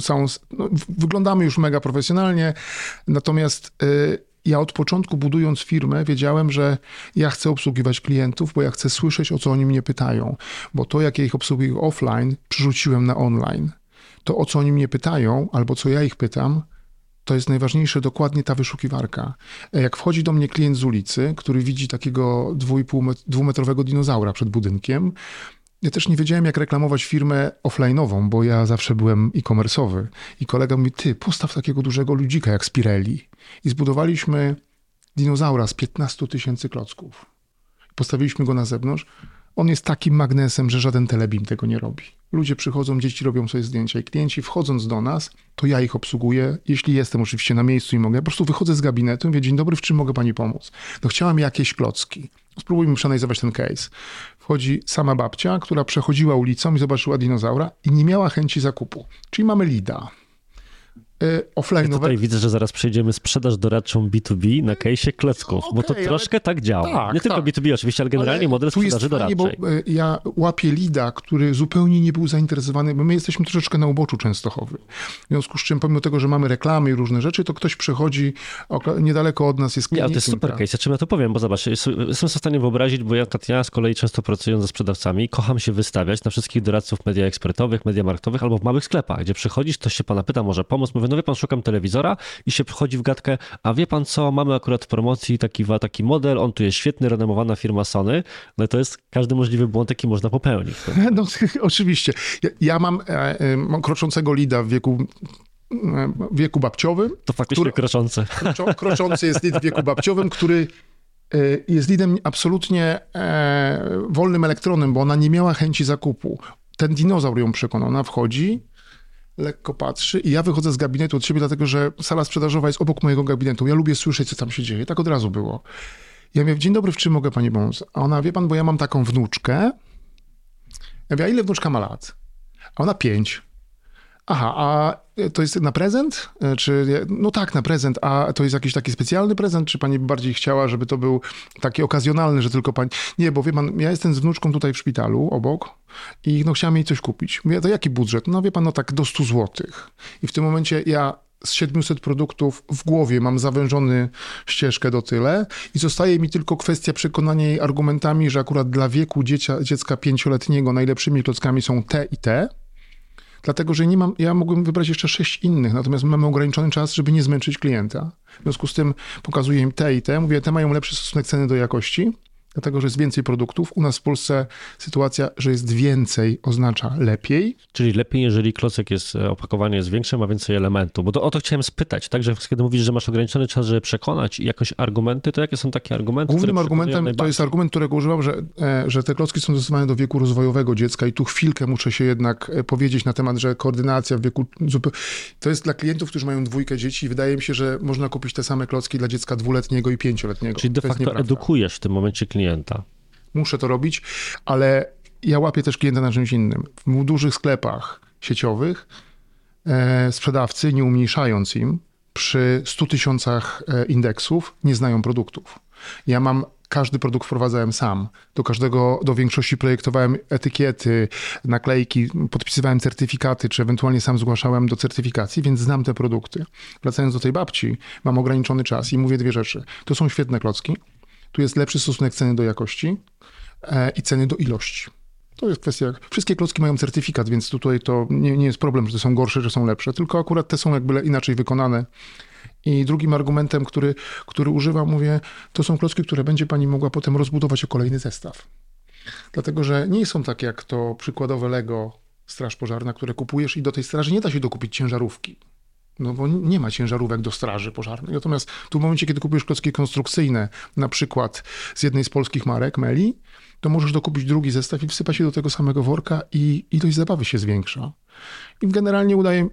wyglądamy już mega profesjonalnie. Natomiast ja od początku budując firmę wiedziałem, że ja chcę obsługiwać klientów, bo ja chcę słyszeć, o co oni mnie pytają. Bo to, jak ja ich obsługuję offline, przerzuciłem na online. To, o co oni mnie pytają, albo co ja ich pytam, to jest najważniejsze, dokładnie ta wyszukiwarka. Jak wchodzi do mnie klient z ulicy, który widzi takiego 2,5-metrowego dinozaura przed budynkiem, ja też nie wiedziałem, jak reklamować firmę offline'ową, bo ja zawsze byłem e-commerce'owy. I kolega mówi, ty, postaw takiego dużego ludzika jak Spirelli. I zbudowaliśmy dinozaura z 15 000 klocków. Postawiliśmy go na zewnątrz. On jest takim magnesem, że żaden telebim tego nie robi. Ludzie przychodzą, dzieci robią sobie zdjęcia i klienci wchodząc do nas, to ja ich obsługuję, jeśli jestem oczywiście na miejscu i mogę. Ja po prostu wychodzę z gabinetu i mówię, dzień dobry, w czym mogę pani pomóc? No chciałam jakieś klocki. Spróbujmy przeanalizować ten case. Wchodzi sama babcia, która przechodziła ulicą i zobaczyła dinozaura i nie miała chęci zakupu. Czyli mamy leada. offline'owe. Ja tutaj widzę, że zaraz przejdziemy sprzedaż doradczą B2B na case'ie klocków, bo to troszkę tak działa. Tak, nie tylko B2B oczywiście, ale generalnie model sprzedaży doradczej. Bo ja łapię leada, który zupełnie nie był zainteresowany, bo my jesteśmy troszeczkę na uboczu Częstochowy. W związku z czym, pomimo tego, że mamy reklamy i różne rzeczy, to ktoś przychodzi, niedaleko od nas jest klinika. Ale to jest super case, ja czym ja to powiem, bo zobacz, jestem w stanie wyobrazić, bo ja z kolei często pracując ze sprzedawcami, kocham się wystawiać na wszystkich doradców media ekspertowych, media marketowych albo w małych sklepach, gdzie przychodzisz, ktoś się pana pyta, może pomóc, mówię, no wie pan, szukam telewizora i się wchodzi w gadkę, a wie pan co, mamy akurat w promocji taki model, on tu jest świetny, renomowana firma Sony, no i to jest każdy możliwy błąd, jaki można popełnić. No oczywiście. Ja mam kroczącego leada w wieku babciowym. To faktycznie kroczące. Kroczący jest lead w wieku babciowym, który jest leadem absolutnie wolnym elektronem, bo ona nie miała chęci zakupu. Ten dinozaur ją przekonał. Ona wchodzi, lekko patrzy i ja wychodzę z gabinetu od siebie, dlatego że sala sprzedażowa jest obok mojego gabinetu. Ja lubię słyszeć, co tam się dzieje. Tak od razu było. Ja mówię, dzień dobry, w czym mogę pani pomóc? A ona, wie pan, bo ja mam taką wnuczkę. Ja mówię, a ile wnuczka ma lat? A ona 5. Aha, a to jest na prezent? No tak, na prezent. A to jest jakiś taki specjalny prezent? Czy pani by bardziej chciała, żeby to był taki okazjonalny, że tylko pani... Nie, bo wie pan, ja jestem z wnuczką tutaj w szpitalu obok i no chciałam jej coś kupić. Mówię, to jaki budżet? No wie pan, no tak do 100 złotych. I w tym momencie ja z 700 produktów w głowie mam zawężony ścieżkę do tyle i zostaje mi tylko kwestia przekonania jej argumentami, że akurat dla wieku dziecka 5-letniego najlepszymi klockami są te i te. Dlatego, że ja mogłem wybrać jeszcze 6 innych, natomiast mamy ograniczony czas, żeby nie zmęczyć klienta. W związku z tym pokazuję im te i te. Mówię, te mają lepszy stosunek ceny do jakości, dlatego, że jest więcej produktów. U nas w Polsce sytuacja, że jest więcej, oznacza lepiej. Czyli lepiej, jeżeli klocek jest, opakowanie jest większe, ma więcej elementów. Bo o to chciałem spytać, tak, że kiedy mówisz, że masz ograniczony czas, żeby przekonać i jakoś argumenty, to jakie są takie argumenty? Głównym argumentem to jest argument, którego używam, że te klocki są dostosowane do wieku rozwojowego dziecka i tu chwilkę muszę się jednak powiedzieć na temat, że koordynacja w wieku... To jest dla klientów, którzy mają 2 dzieci i wydaje mi się, że można kupić te same klocki dla dziecka 2-letniego i 5-letniego. Czyli de facto edukujesz w tym momencie klienta. Muszę to robić, ale ja łapię też klienta na czymś innym. W dużych sklepach sieciowych sprzedawcy, nie umniejszając im, przy 100 000 indeksów nie znają produktów. Każdy produkt wprowadzałem sam. Do większości projektowałem etykiety, naklejki, podpisywałem certyfikaty, czy ewentualnie sam zgłaszałem do certyfikacji, więc znam te produkty. Wracając do tej babci, mam ograniczony czas i mówię 2 rzeczy. To są świetne klocki. Tu jest lepszy stosunek ceny do jakości i ceny do ilości. To jest kwestia, wszystkie klocki mają certyfikat, więc tutaj to nie jest problem, że te są gorsze, że są lepsze, tylko akurat te są jakby inaczej wykonane. I drugim argumentem, który używam, mówię, to są klocki, które będzie pani mogła potem rozbudować o kolejny zestaw. Dlatego, że nie są tak jak to przykładowe Lego Straż Pożarna, które kupujesz i do tej straży nie da się dokupić ciężarówki. No bo nie ma ciężarówek do straży pożarnej. Natomiast tu w momencie, kiedy kupujesz klocki konstrukcyjne, na przykład z jednej z polskich marek, Meli, to możesz dokupić drugi zestaw i wsypać je do tego samego worka i ilość zabawy się zwiększa. I generalnie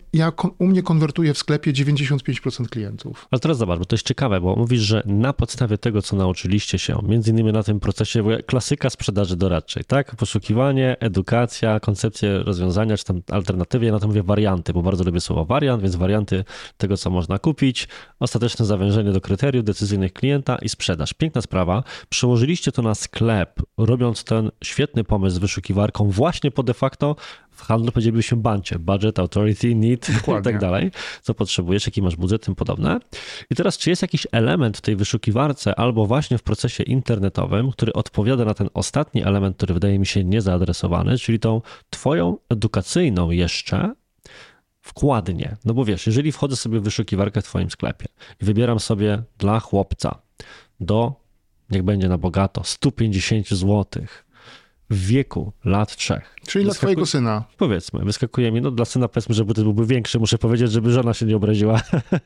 u mnie konwertuje w sklepie 95% klientów. Ale teraz zobacz, bo to jest ciekawe, bo mówisz, że na podstawie tego, co nauczyliście się, między innymi na tym procesie, klasyka sprzedaży doradczej, tak? Poszukiwanie, edukacja, koncepcje rozwiązania, czy tam alternatywy, ja na to mówię warianty, bo bardzo lubię słowo wariant, więc warianty tego, co można kupić, ostateczne zawężenie do kryteriów decyzyjnych klienta i sprzedaż. Piękna sprawa. Przełożyliście to na sklep, robiąc ten świetny pomysł z wyszukiwarką właśnie po de facto w handlu powiedzielibyśmy bancie, budget, authority, need i tak dalej, co potrzebujesz, jaki masz budżet, tym podobne. I teraz, czy jest jakiś element w tej wyszukiwarce albo właśnie w procesie internetowym, który odpowiada na ten ostatni element, który wydaje mi się niezaadresowany, czyli tą twoją edukacyjną jeszcze wkładnię. No bo wiesz, jeżeli wchodzę sobie w wyszukiwarkę w twoim sklepie i wybieram sobie dla chłopca niech będzie na bogato, 150 złotych, w wieku lat 3. Czyli dla twojego syna. Powiedzmy, wyskakuje mi, dla syna powiedzmy, żeby to byłby większy, muszę powiedzieć, żeby żona się nie obraziła.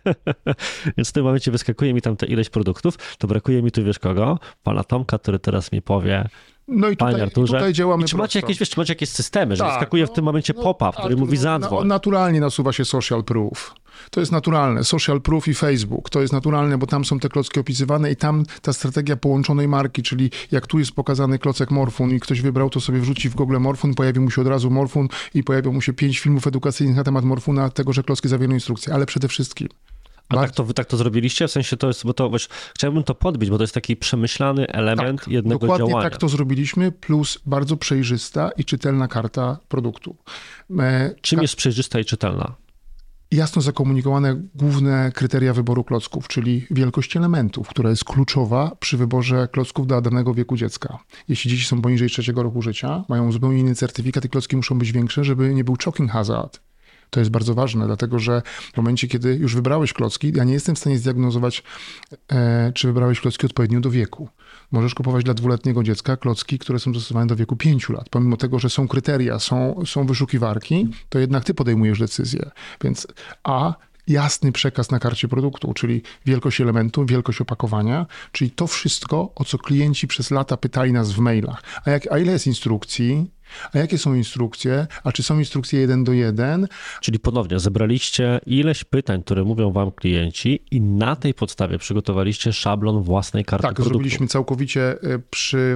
Więc w tym momencie wyskakuje mi tam te ileś produktów, to brakuje mi tu, wiesz kogo? Pana Tomka, który teraz mi powie, no i Panie Arturze, tutaj działamy czy macie jakieś systemy, że tak, wyskakuje w tym momencie pop-up, który mówi zadzwoń. Naturalnie nasuwa się social proof. To jest naturalne. Social proof i Facebook. To jest naturalne, bo tam są te klocki opisywane i tam ta strategia połączonej marki, czyli jak tu jest pokazany klocek Morfun i ktoś wybrał, to sobie wrzuci w Google Morfun, pojawi mu się od razu Morfun i pojawią mu się 5 filmów edukacyjnych na temat Morfuna, tego, że klocki zawierają instrukcje, ale przede wszystkim. A tak to zrobiliście? W sensie to jest, bo to chciałbym to podbić, bo to jest taki przemyślany element jednego dokładnie działania. Tak to zrobiliśmy, plus bardzo przejrzysta i czytelna karta produktu. Czym jest przejrzysta i czytelna? Jasno zakomunikowane główne kryteria wyboru klocków, czyli wielkość elementów, która jest kluczowa przy wyborze klocków dla danego wieku dziecka. Jeśli dzieci są poniżej 3 roku życia, mają zupełnie inny certyfikat i klocki muszą być większe, żeby nie był choking hazard. To jest bardzo ważne, dlatego że w momencie, kiedy już wybrałeś klocki, ja nie jestem w stanie zdiagnozować, czy wybrałeś klocki odpowiednio do wieku. Możesz kupować dla 2-letniego dziecka klocki, które są dostosowane do wieku 5 lat. Pomimo tego, że są kryteria, są wyszukiwarki, to jednak ty podejmujesz decyzję. Więc jasny przekaz na karcie produktu, czyli wielkość elementu, wielkość opakowania, czyli to wszystko, o co klienci przez lata pytali nas w mailach. A ile jest instrukcji? A jakie są instrukcje? A czy są instrukcje 1:1? Czyli ponownie zebraliście ileś pytań, które mówią wam klienci i na tej podstawie przygotowaliście szablon własnej karty produktu. Tak, zrobiliśmy całkowicie przy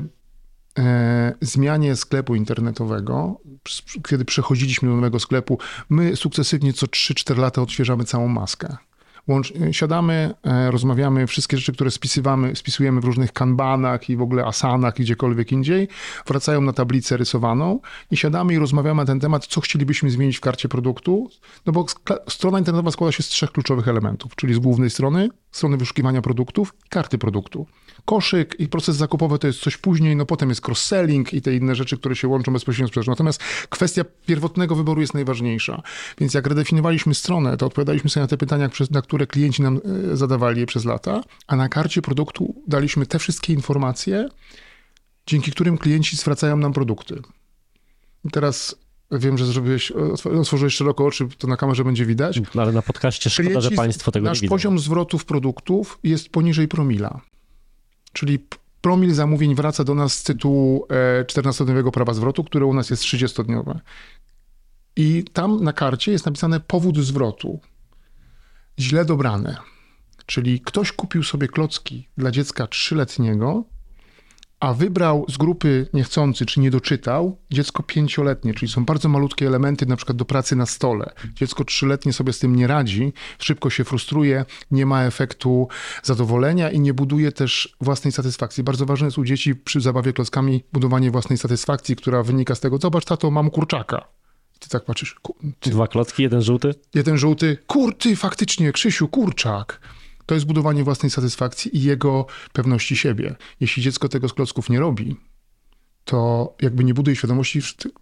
zmianie sklepu internetowego, kiedy przechodziliśmy do nowego sklepu, my sukcesywnie co 3-4 lata odświeżamy całą maskę. Siadamy, rozmawiamy, wszystkie rzeczy, które spisujemy w różnych kanbanach i w ogóle asanach i gdziekolwiek indziej, wracają na tablicę rysowaną i siadamy i rozmawiamy na ten temat, co chcielibyśmy zmienić w karcie produktu, no bo strona internetowa składa się z 3 kluczowych elementów, czyli z głównej strony wyszukiwania produktów i karty produktu. Koszyk i proces zakupowy to jest coś później, no potem jest cross-selling i te inne rzeczy, które się łączą bezpośrednio z sprzedażą. Natomiast kwestia pierwotnego wyboru jest najważniejsza. Więc jak redefiniowaliśmy stronę, to odpowiadaliśmy sobie na te pytania, na które klienci nam zadawali je przez lata, a na karcie produktu daliśmy te wszystkie informacje, dzięki którym klienci zwracają nam produkty. I teraz wiem, że otworzyłeś szeroko oczy, to na kamerze będzie widać. No, ale na podcaście szkoda, że państwo tego nie widzą. Nasz poziom zwrotów produktów jest poniżej promila. Czyli promil zamówień wraca do nas z tytułu 14-dniowego prawa zwrotu, które u nas jest 30-dniowe. I tam na karcie jest napisane powód zwrotu. Źle dobrane. Czyli ktoś kupił sobie klocki dla dziecka 3-letniego, a wybrał z grupy niechcący, czy nie doczytał, dziecko 5-letnie, czyli są bardzo malutkie elementy, na przykład do pracy na stole. Dziecko 3-letnie sobie z tym nie radzi, szybko się frustruje, nie ma efektu zadowolenia i nie buduje też własnej satysfakcji. Bardzo ważne jest u dzieci przy zabawie klockami budowanie własnej satysfakcji, która wynika z tego, zobacz tato, mam kurczaka. Ty tak patrzysz. 2 klocki, 1 żółty? 1 żółty. Ty faktycznie, Krzysiu, kurczak. To jest budowanie własnej satysfakcji i jego pewności siebie. Jeśli dziecko tego z klocków nie robi, to jakby nie buduje świadomości.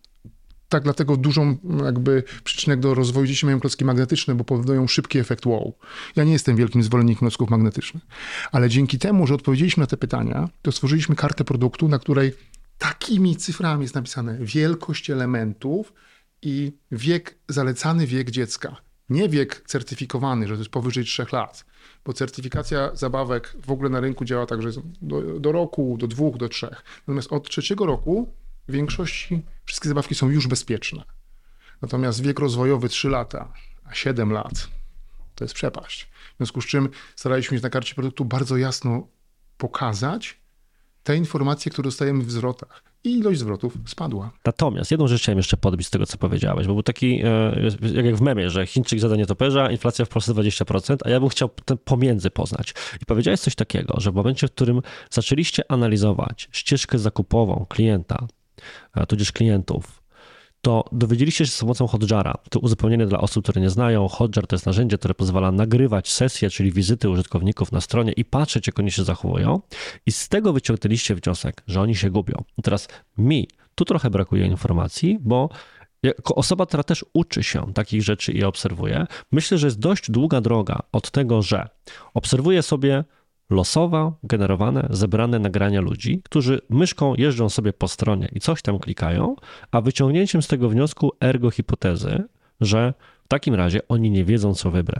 Tak dlatego dużą jakby przyczynek do rozwoju dzieci mają klocki magnetyczne, bo powodują szybki efekt wow. Ja nie jestem wielkim zwolennikiem klocków magnetycznych, ale dzięki temu, że odpowiedzieliśmy na te pytania, to stworzyliśmy kartę produktu, na której takimi cyframi jest napisane wielkość elementów i zalecany wiek dziecka. Nie wiek certyfikowany, że to jest powyżej 3 lat. Bo certyfikacja zabawek w ogóle na rynku działa tak, że jest do roku, do 2, do 3. Natomiast od 3 roku w większości wszystkie zabawki są już bezpieczne. Natomiast wiek rozwojowy 3 lata, a 7 lat to jest przepaść. W związku z czym staraliśmy się na karcie produktu bardzo jasno pokazać te informacje, które dostajemy w zwrotach. I ilość zwrotów spadła. Natomiast jedną rzecz chciałem jeszcze podbić z tego, co powiedziałeś, bo był taki, jak w memie, że Chińczyk zada nietoperza, inflacja w Polsce 20%, a ja bym chciał ten pomiędzy poznać. I powiedziałeś coś takiego, że w momencie, w którym zaczęliście analizować ścieżkę zakupową klienta, tudzież klientów, to dowiedzieliście się z pomocą Hotjara, to uzupełnienie dla osób, które nie znają. Hotjar to jest narzędzie, które pozwala nagrywać sesje, czyli wizyty użytkowników na stronie i patrzeć, jak oni się zachowują. I z tego wyciągnęliście wniosek, że oni się gubią. I teraz tu trochę brakuje informacji, bo jako osoba, która też uczy się takich rzeczy i obserwuje, myślę, że jest dość długa droga od tego, że obserwuję sobie losowo generowane, zebrane nagrania ludzi, którzy myszką jeżdżą sobie po stronie i coś tam klikają, a wyciągnięciem z tego wniosku ergo hipotezy, że w takim razie oni nie wiedzą, co wybrać.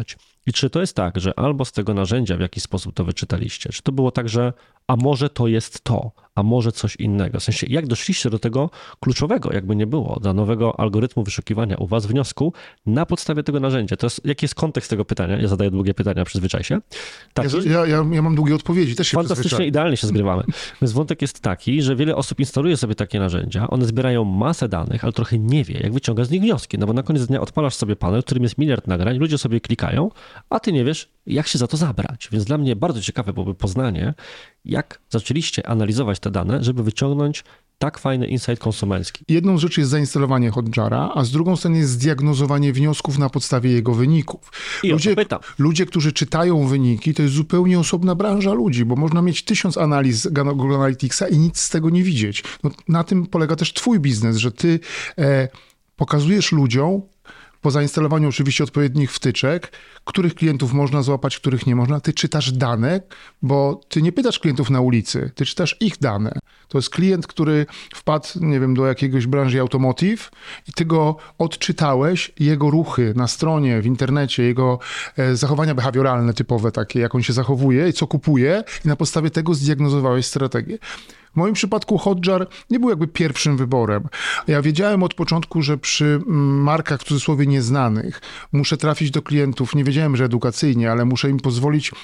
I czy to jest tak, że albo z tego narzędzia w jakiś sposób to wyczytaliście, czy to było tak, że a może to jest to, a może coś innego? W sensie, jak doszliście do tego kluczowego, jakby nie było, dla nowego algorytmu wyszukiwania u was wniosku na podstawie tego narzędzia? To jest, jaki jest kontekst tego pytania? Ja zadaję długie pytania, przyzwyczaj się. Taki, ja mam długie odpowiedzi, też się fantastycznie, idealnie się zgrywamy. Więc wątek jest taki, że wiele osób instaluje sobie takie narzędzia, one zbierają masę danych, ale trochę nie wie, jak wyciąga z nich wnioski, no bo na koniec dnia odpalasz sobie panel, w którym jest miliard nagrań, ludzie sobie klikają, a ty nie wiesz, jak się za to zabrać. Więc dla mnie bardzo ciekawe byłoby poznanie, jak zaczęliście analizować te dane, żeby wyciągnąć tak fajny insight konsumencki. Jedną z rzeczy jest zainstalowanie Hotjara, a z drugą strony jest zdiagnozowanie wniosków na podstawie jego wyników. Ludzie, którzy czytają wyniki, to jest zupełnie osobna branża ludzi, bo można mieć 1000 analiz Google Analyticsa i nic z tego nie widzieć. No, na tym polega też twój biznes, że ty pokazujesz ludziom, po zainstalowaniu oczywiście odpowiednich wtyczek, których klientów można złapać, których nie można. Ty czytasz dane, bo ty nie pytasz klientów na ulicy, ty czytasz ich dane. To jest klient, który wpadł, nie wiem, do jakiegoś branży automotive i ty go odczytałeś, jego ruchy na stronie, w internecie, jego zachowania behawioralne typowe takie, jak on się zachowuje i co kupuje i na podstawie tego zdiagnozowałeś strategię. W moim przypadku Hotjar nie był jakby pierwszym wyborem. Ja wiedziałem od początku, że przy markach w cudzysłowie nieznanych muszę trafić do klientów, nie wiedziałem, że edukacyjnie, ale muszę im pozwolić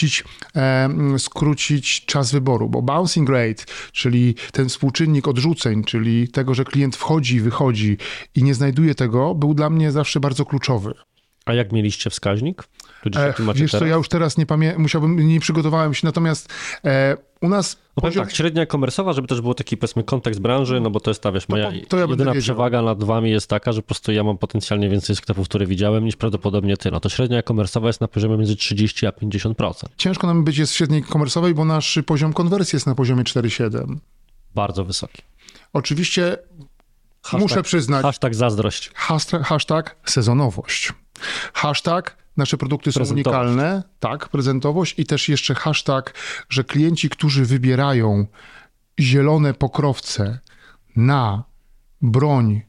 skrócić czas wyboru, bo bouncing rate, czyli ten współczynnik odrzuceń, czyli tego, że klient wchodzi, wychodzi i nie znajduje tego, był dla mnie zawsze bardzo kluczowy. A jak mieliście wskaźnik? Wiesz co, ja już teraz nie przygotowałem się, natomiast u nas... Tak, średnia komersowa, żeby też był taki, powiedzmy, kontekst branży, no bo to jest ta, wiesz, moja jedyna przewaga nad wami jest taka, że po prostu ja mam potencjalnie więcej sklepów, które widziałem, niż prawdopodobnie ty. No to średnia komersowa jest na poziomie między 30 a 50%. Ciężko nam być jest w średniej komersowej, bo nasz poziom konwersji jest na poziomie 4,7. Bardzo wysoki. Oczywiście muszę przyznać... Hashtag zazdrość. Hashtag sezonowość. Hashtag nasze produkty są unikalne, tak, prezentowość i też jeszcze hashtag, że klienci, którzy wybierają zielone pokrowce na broń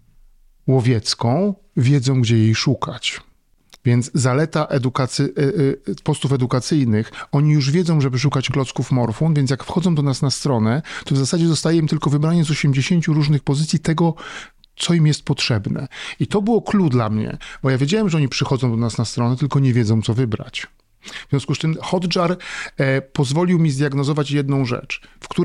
łowiecką, wiedzą, gdzie jej szukać. Więc zaleta postów edukacyjnych, oni już wiedzą, żeby szukać klocków morfun, więc jak wchodzą do nas na stronę, to w zasadzie zostaje im tylko wybranie z 80 różnych pozycji tego, co im jest potrzebne. I to było clue dla mnie, bo ja wiedziałem, że oni przychodzą do nas na stronę, tylko nie wiedzą, co wybrać. W związku z czym Hotjar pozwolił mi zdiagnozować jedną rzecz,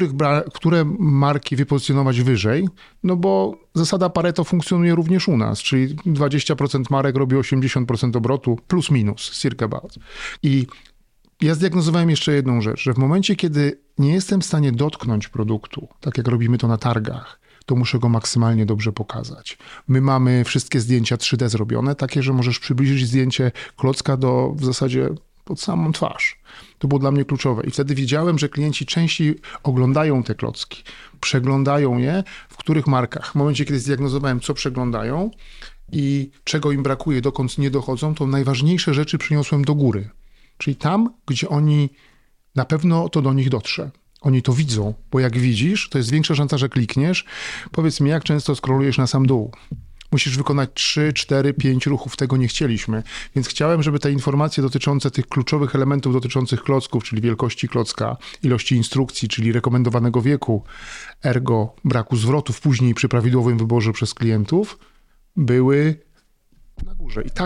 które marki wypozycjonować wyżej, no bo zasada Pareto funkcjonuje również u nas, czyli 20% marek robi 80% obrotu, plus minus, circa about. I ja zdiagnozowałem jeszcze jedną rzecz, że w momencie, kiedy nie jestem w stanie dotknąć produktu, tak jak robimy to na targach, to muszę go maksymalnie dobrze pokazać. My mamy wszystkie zdjęcia 3D zrobione, takie, że możesz przybliżyć zdjęcie klocka w zasadzie pod samą twarz. To było dla mnie kluczowe. I wtedy wiedziałem, że klienci częściej oglądają te klocki, przeglądają je, w których markach. W momencie, kiedy zdiagnozowałem, co przeglądają i czego im brakuje, dokąd nie dochodzą, to najważniejsze rzeczy przyniosłem do góry. Czyli tam, gdzie oni na pewno to do nich dotrze. Oni to widzą, bo jak widzisz, to jest większa szansa, że klikniesz. Powiedz mi, jak często scrollujesz na sam dół? Musisz wykonać 3, 4, 5 ruchów. Tego nie chcieliśmy. Więc chciałem, żeby te informacje dotyczące tych kluczowych elementów dotyczących klocków, czyli wielkości klocka, ilości instrukcji, czyli rekomendowanego wieku, ergo braku zwrotów później przy prawidłowym wyborze przez klientów, były na górze. I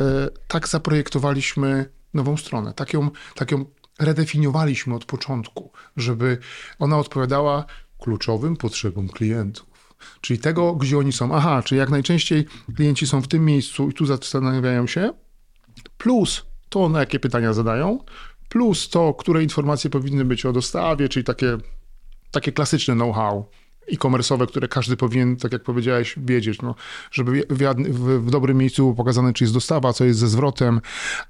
tak zaprojektowaliśmy nową stronę. Tak ją redefiniowaliśmy od początku, żeby ona odpowiadała kluczowym potrzebom klientów. Czyli tego, gdzie oni są. Aha, czyli jak najczęściej klienci są w tym miejscu i tu zastanawiają się, plus to, na jakie pytania zadają, plus to, które informacje powinny być o dostawie, czyli takie klasyczne know-how e-commerce'owe, które każdy powinien, tak jak powiedziałeś, wiedzieć, no, żeby w dobrym miejscu było pokazane, czy jest dostawa, co jest ze zwrotem,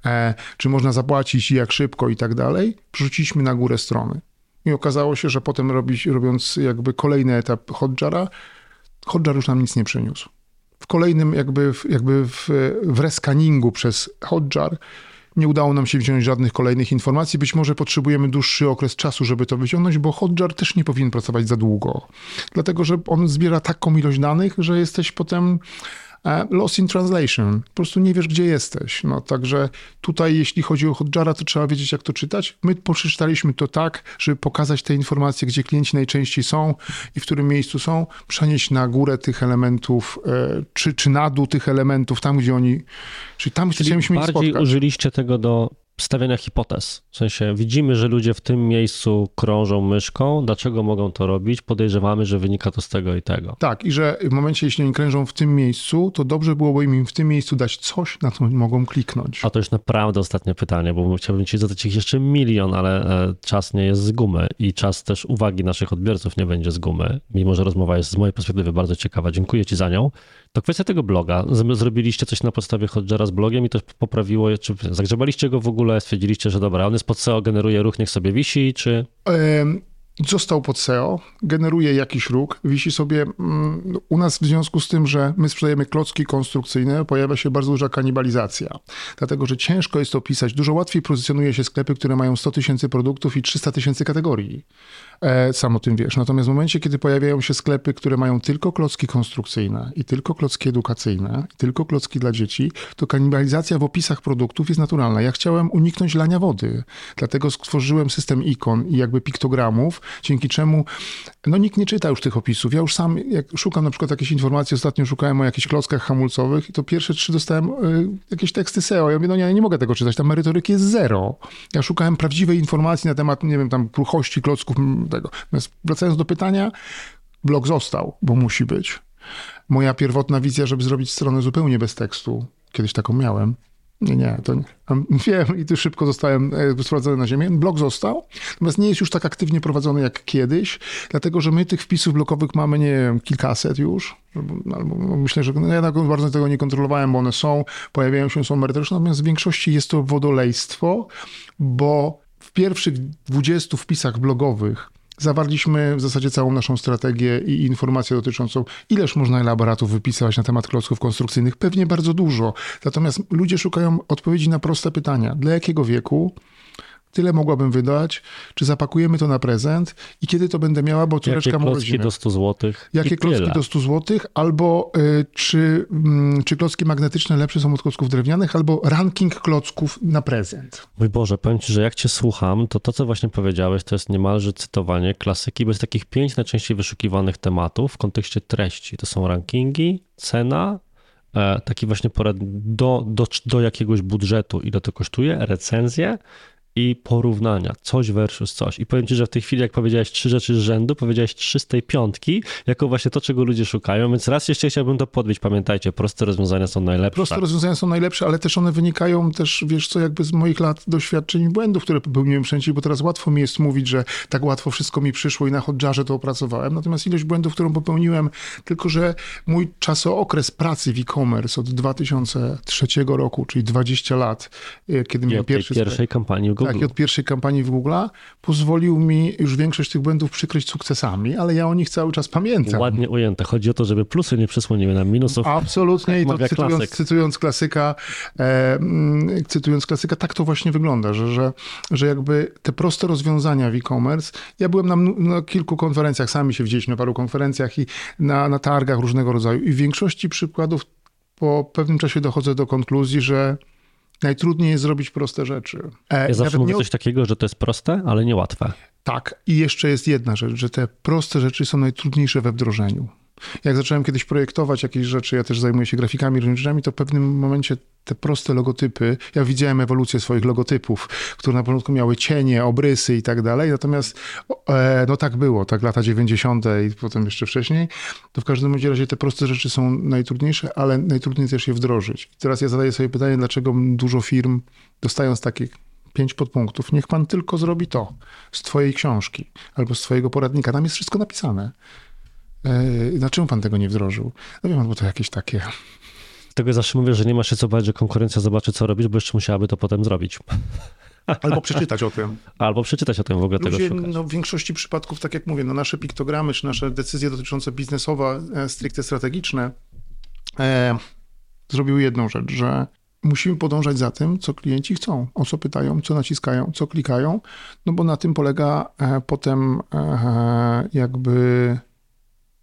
czy można zapłacić i jak szybko i tak dalej, przerzuciliśmy na górę strony. I okazało się, że potem robiąc jakby kolejny etap Hotjara, Hotjar już nam nic nie przyniósł. W kolejnym w reskaningu przez Hotjar nie udało nam się wziąć żadnych kolejnych informacji. Być może potrzebujemy dłuższy okres czasu, żeby to wyciągnąć, bo Hotjar też nie powinien pracować za długo. Dlatego, że on zbiera taką ilość danych, że jesteś potem lost in translation. Po prostu nie wiesz, gdzie jesteś. No, także tutaj, jeśli chodzi o Hotjara, to trzeba wiedzieć, jak to czytać. My przeczytaliśmy to tak, żeby pokazać te informacje, gdzie klienci najczęściej są i w którym miejscu są, przenieść na górę tych elementów, czy na dół tych elementów, tam, gdzie oni... Czyli tam chcieliśmy ich spotkać. Bardziej użyliście tego do stawiania hipotez. W sensie widzimy, że ludzie w tym miejscu krążą myszką. Dlaczego mogą to robić? Podejrzewamy, że wynika to z tego i tego. Tak, i że w momencie, jeśli oni krężą w tym miejscu, to dobrze byłoby im w tym miejscu dać coś, na co mogą kliknąć. A to już naprawdę ostatnie pytanie, bo chciałbym ci zadać ich jeszcze milion, ale czas nie jest z gumy i czas też uwagi naszych odbiorców nie będzie z gumy, mimo że rozmowa jest z mojej perspektywy bardzo ciekawa. Dziękuję ci za nią. To kwestia tego bloga. Zrobiliście coś na podstawie Hotjara z blogiem i to poprawiło, czy zagrzebaliście go w ogóle, stwierdziliście, że dobra, on jest pod SEO, generuje ruch, niech sobie wisi, czy... Został pod SEO, generuje jakiś ruch, wisi sobie. U nas w związku z tym, że my sprzedajemy klocki konstrukcyjne, pojawia się bardzo duża kanibalizacja. Dlatego, że ciężko jest to opisać. Dużo łatwiej pozycjonuje się sklepy, które mają 100 000 produktów i 300 000 kategorii. Sam o tym wiesz. Natomiast w momencie, kiedy pojawiają się sklepy, które mają tylko klocki konstrukcyjne i tylko klocki edukacyjne, i tylko klocki dla dzieci, to kanibalizacja w opisach produktów jest naturalna. Ja chciałem uniknąć lania wody. Dlatego stworzyłem system ikon i jakby piktogramów, dzięki czemu nikt nie czyta już tych opisów. Ja już sam, jak szukam na przykład jakiejś informacji, ostatnio szukałem o jakichś klockach hamulcowych i to pierwsze 3 dostałem jakieś teksty SEO. Ja mówię, ja nie mogę tego czytać, tam merytoryki jest 0. Ja szukałem prawdziwej informacji na temat, nie wiem, tam kruchości klocków tego. Natomiast wracając do pytania, blog został, bo musi być. Moja pierwotna wizja, żeby zrobić stronę zupełnie bez tekstu, kiedyś taką miałem. Nie, to nie. Wiem i tu szybko zostałem sprowadzony na ziemię. Blog został, natomiast nie jest już tak aktywnie prowadzony jak kiedyś, dlatego, że my tych wpisów blogowych mamy, nie wiem, kilkaset już. Albo myślę, że ja tak bardzo tego nie kontrolowałem, bo one są, pojawiają się, są merytoryczne, natomiast w większości jest to wodolejstwo, bo w pierwszych 20 wpisach blogowych zawarliśmy w zasadzie całą naszą strategię i informację dotyczącą, ileż można elaboratów wypisywać na temat klocków konstrukcyjnych. Pewnie bardzo dużo. Natomiast ludzie szukają odpowiedzi na proste pytania. Dla jakiego wieku? Tyle mogłabym wydać, czy zapakujemy to na prezent i kiedy to będę miała, bo córeczka ma urodziny. Jakie klocki do 100 zł? Jakie klocki do 100 zł, albo czy klocki magnetyczne lepsze są od klocków drewnianych, albo ranking klocków na prezent. Mój Boże, powiem ci, że jak cię słucham, to co właśnie powiedziałeś, to jest niemalże cytowanie klasyki, bez takich 5 najczęściej wyszukiwanych tematów w kontekście treści. To są rankingi, cena, taki właśnie porad do jakiegoś budżetu, ile to kosztuje, recenzje, i porównania, coś versus coś. I powiem ci, że w tej chwili, jak powiedziałeś 3 rzeczy z rzędu, powiedziałeś 3 z tej 5, jako właśnie to, czego ludzie szukają, więc raz jeszcze chciałbym to podbić. Pamiętajcie, proste rozwiązania są najlepsze. Proste rozwiązania są najlepsze, ale też one wynikają też, wiesz co, jakby z moich lat doświadczeń i błędów, które popełniłem wszędzie, bo teraz łatwo mi jest mówić, że tak łatwo wszystko mi przyszło i na Hotjarze to opracowałem. Natomiast ilość błędów, którą popełniłem, tylko że mój czasokres pracy w e-commerce od 2003 roku, czyli 20 lat, kiedy miałem pierwszej kampanii w Google. Tak, i od pierwszej kampanii w Google'a pozwolił mi już większość tych błędów przykryć sukcesami, ale ja o nich cały czas pamiętam. Ładnie ujęte. Chodzi o to, żeby plusy nie przysłoniły nam minusów. Absolutnie i to cytując klasyka, tak to właśnie wygląda, że jakby te proste rozwiązania w e-commerce, ja byłem na kilku konferencjach, sami się widzieliśmy na paru konferencjach i na targach różnego rodzaju i w większości przykładów po pewnym czasie dochodzę do konkluzji, że najtrudniej jest zrobić proste rzeczy. Ja zawsze mówię coś takiego, że to jest proste, ale niełatwe. Tak. I jeszcze jest jedna rzecz, że te proste rzeczy są najtrudniejsze we wdrożeniu. Jak zacząłem kiedyś projektować jakieś rzeczy, ja też zajmuję się grafikami różnymi, to w pewnym momencie te proste logotypy, ja widziałem ewolucję swoich logotypów, które na początku miały cienie, obrysy i tak dalej, natomiast no tak było, tak lata 90. i potem jeszcze wcześniej, to w każdym razie te proste rzeczy są najtrudniejsze, ale najtrudniej też je wdrożyć. Teraz ja zadaję sobie pytanie, dlaczego dużo firm, dostając takich 5 podpunktów, niech pan tylko zrobi to z twojej książki albo z twojego poradnika, tam jest wszystko napisane. Dlaczego pan tego nie wdrożył? No wie pan, bo to jakieś takie... Tego zawsze mówię, że nie ma się co bać, że konkurencja zobaczy, co robisz, bo jeszcze musiałaby to potem zrobić. Albo przeczytać o tym. Albo przeczytać o tym, w ogóle Ludzie, tego szukać. w większości przypadków, tak jak mówię, nasze piktogramy, czy nasze decyzje dotyczące biznesowe, stricte strategiczne, zrobiły jedną rzecz, że musimy podążać za tym, co klienci chcą, o co pytają, co naciskają, co klikają, no bo na tym polega potem jakby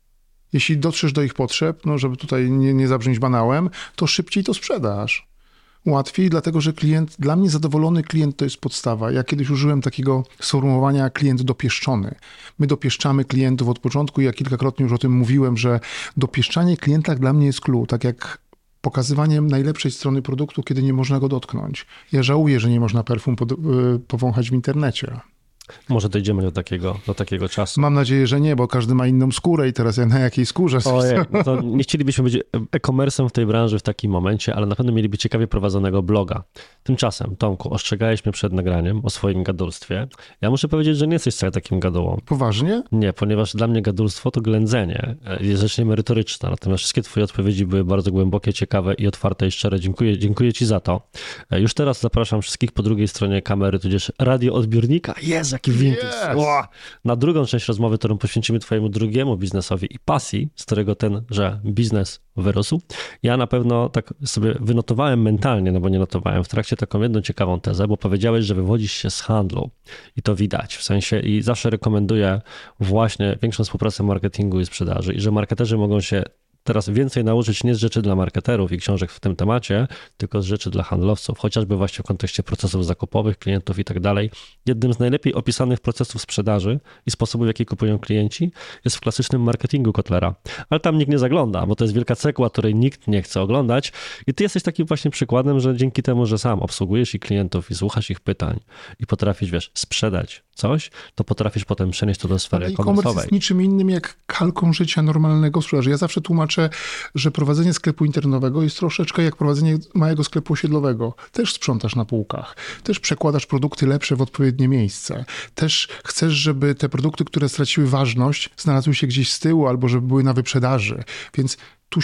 Jeśli dotrzesz do ich potrzeb, no żeby tutaj nie zabrzmieć banałem, to szybciej to sprzedasz. Łatwiej, dlatego że dla mnie zadowolony klient to jest podstawa. Ja kiedyś użyłem takiego sformułowania klient dopieszczony. My dopieszczamy klientów od początku i ja kilkakrotnie już o tym mówiłem, że dopieszczanie klienta dla mnie jest clue, tak jak pokazywaniem najlepszej strony produktu, kiedy nie można go dotknąć. Ja żałuję, że nie można perfum powąchać w internecie. Może dojdziemy do takiego czasu. Mam nadzieję, że nie, bo każdy ma inną skórę i teraz ja na jakiej skórze... Ojej, to nie chcielibyśmy być e-commerce'em w tej branży w takim momencie, ale na pewno mieliby ciekawie prowadzonego bloga. Tymczasem, Tomku, ostrzegałeś mnie przed nagraniem o swoim gadulstwie. Ja muszę powiedzieć, że nie jesteś wcale takim gadułą. Poważnie? Nie, ponieważ dla mnie gadulstwo to ględzenie. Jest rzecz niemerytoryczna, natomiast wszystkie twoje odpowiedzi były bardzo głębokie, ciekawe i otwarte i szczere. Dziękuję ci za to. Już teraz zapraszam wszystkich po drugiej stronie kamery, tudzież radioodbiornika. Jaki vintage. Yes. Na drugą część rozmowy, którą poświęcimy twojemu drugiemu biznesowi i pasji, z którego tenże biznes wyrósł. Ja na pewno tak sobie wynotowałem mentalnie, no bo nie notowałem w trakcie taką jedną ciekawą tezę, bo powiedziałeś, że wywodzisz się z handlu i to widać, w sensie i zawsze rekomenduję właśnie większą współpracę marketingu i sprzedaży i że marketerzy mogą się teraz więcej nauczyć nie z rzeczy dla marketerów i książek w tym temacie, tylko z rzeczy dla handlowców, chociażby właśnie w kontekście procesów zakupowych, klientów i tak dalej. Jednym z najlepiej opisanych procesów sprzedaży i sposobów, w jaki kupują klienci, jest w klasycznym marketingu Kotlera. Ale tam nikt nie zagląda, bo to jest wielka cegła, której nikt nie chce oglądać i ty jesteś takim właśnie przykładem, że dzięki temu, że sam obsługujesz ich klientów i słuchasz ich pytań i potrafisz, sprzedać coś, to potrafisz potem przenieść to do sfery e-commerce'owej. E-commerce jest niczym innym jak kalką życia normalnego sprzedaży. Ja zawsze tłumaczę, że prowadzenie sklepu internetowego jest troszeczkę jak prowadzenie małego sklepu osiedlowego. Też sprzątasz na półkach, też przekładasz produkty lepsze w odpowiednie miejsce. Też chcesz, żeby te produkty, które straciły ważność, znalazły się gdzieś z tyłu albo żeby były na wyprzedaży. Więc tu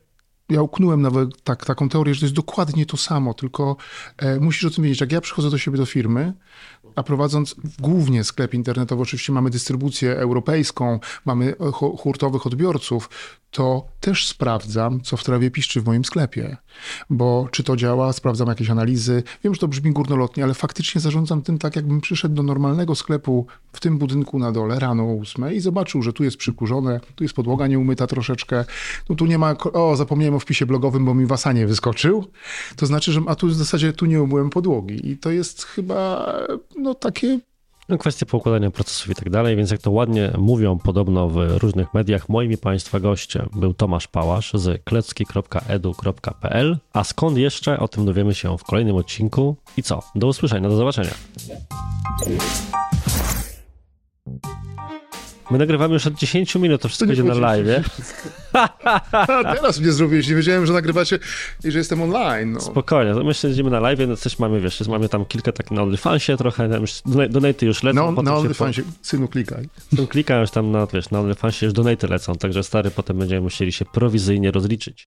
ja uknąłem nawet taką teorię, że to jest dokładnie to samo, tylko musisz o tym wiedzieć. Jak ja przychodzę do siebie do firmy, a prowadząc głównie sklep internetowy, oczywiście mamy dystrybucję europejską, mamy hurtowych odbiorców, to też sprawdzam, co w trawie piszczy w moim sklepie. Bo czy to działa, sprawdzam jakieś analizy. Wiem, że to brzmi górnolotnie, ale faktycznie zarządzam tym tak, jakbym przyszedł do normalnego sklepu w tym budynku na dole rano o 8 i zobaczył, że tu jest przykurzone, tu jest podłoga nieumyta troszeczkę, no tu nie ma, zapomniałem o wpisie blogowym, bo mi w Asanie wyskoczył. To znaczy, że a tu w zasadzie tu nie umyłem podłogi. I to jest chyba takie... Kwestie poukładania procesów i tak dalej, więc jak to ładnie mówią podobno w różnych mediach, moim i Państwa gościem był Tomasz Pałasz z klecki.edu.pl, a skąd jeszcze, o tym dowiemy się w kolejnym odcinku. I co? Do usłyszenia, do zobaczenia. My nagrywamy już od 10 minut, to wszystko idzie na live. Teraz mnie zrobiłeś, nie wiedziałem, że nagrywacie i że jestem online. No. Spokojnie, myślę, że idziemy na live, no coś mamy tam kilka tak na OnlyFansie trochę, donaty już lecą. Na OnlyFansie, synu klikaj. Klikam już tam na OnlyFansie, już donaty lecą, także stary, potem będziemy musieli się prowizyjnie rozliczyć.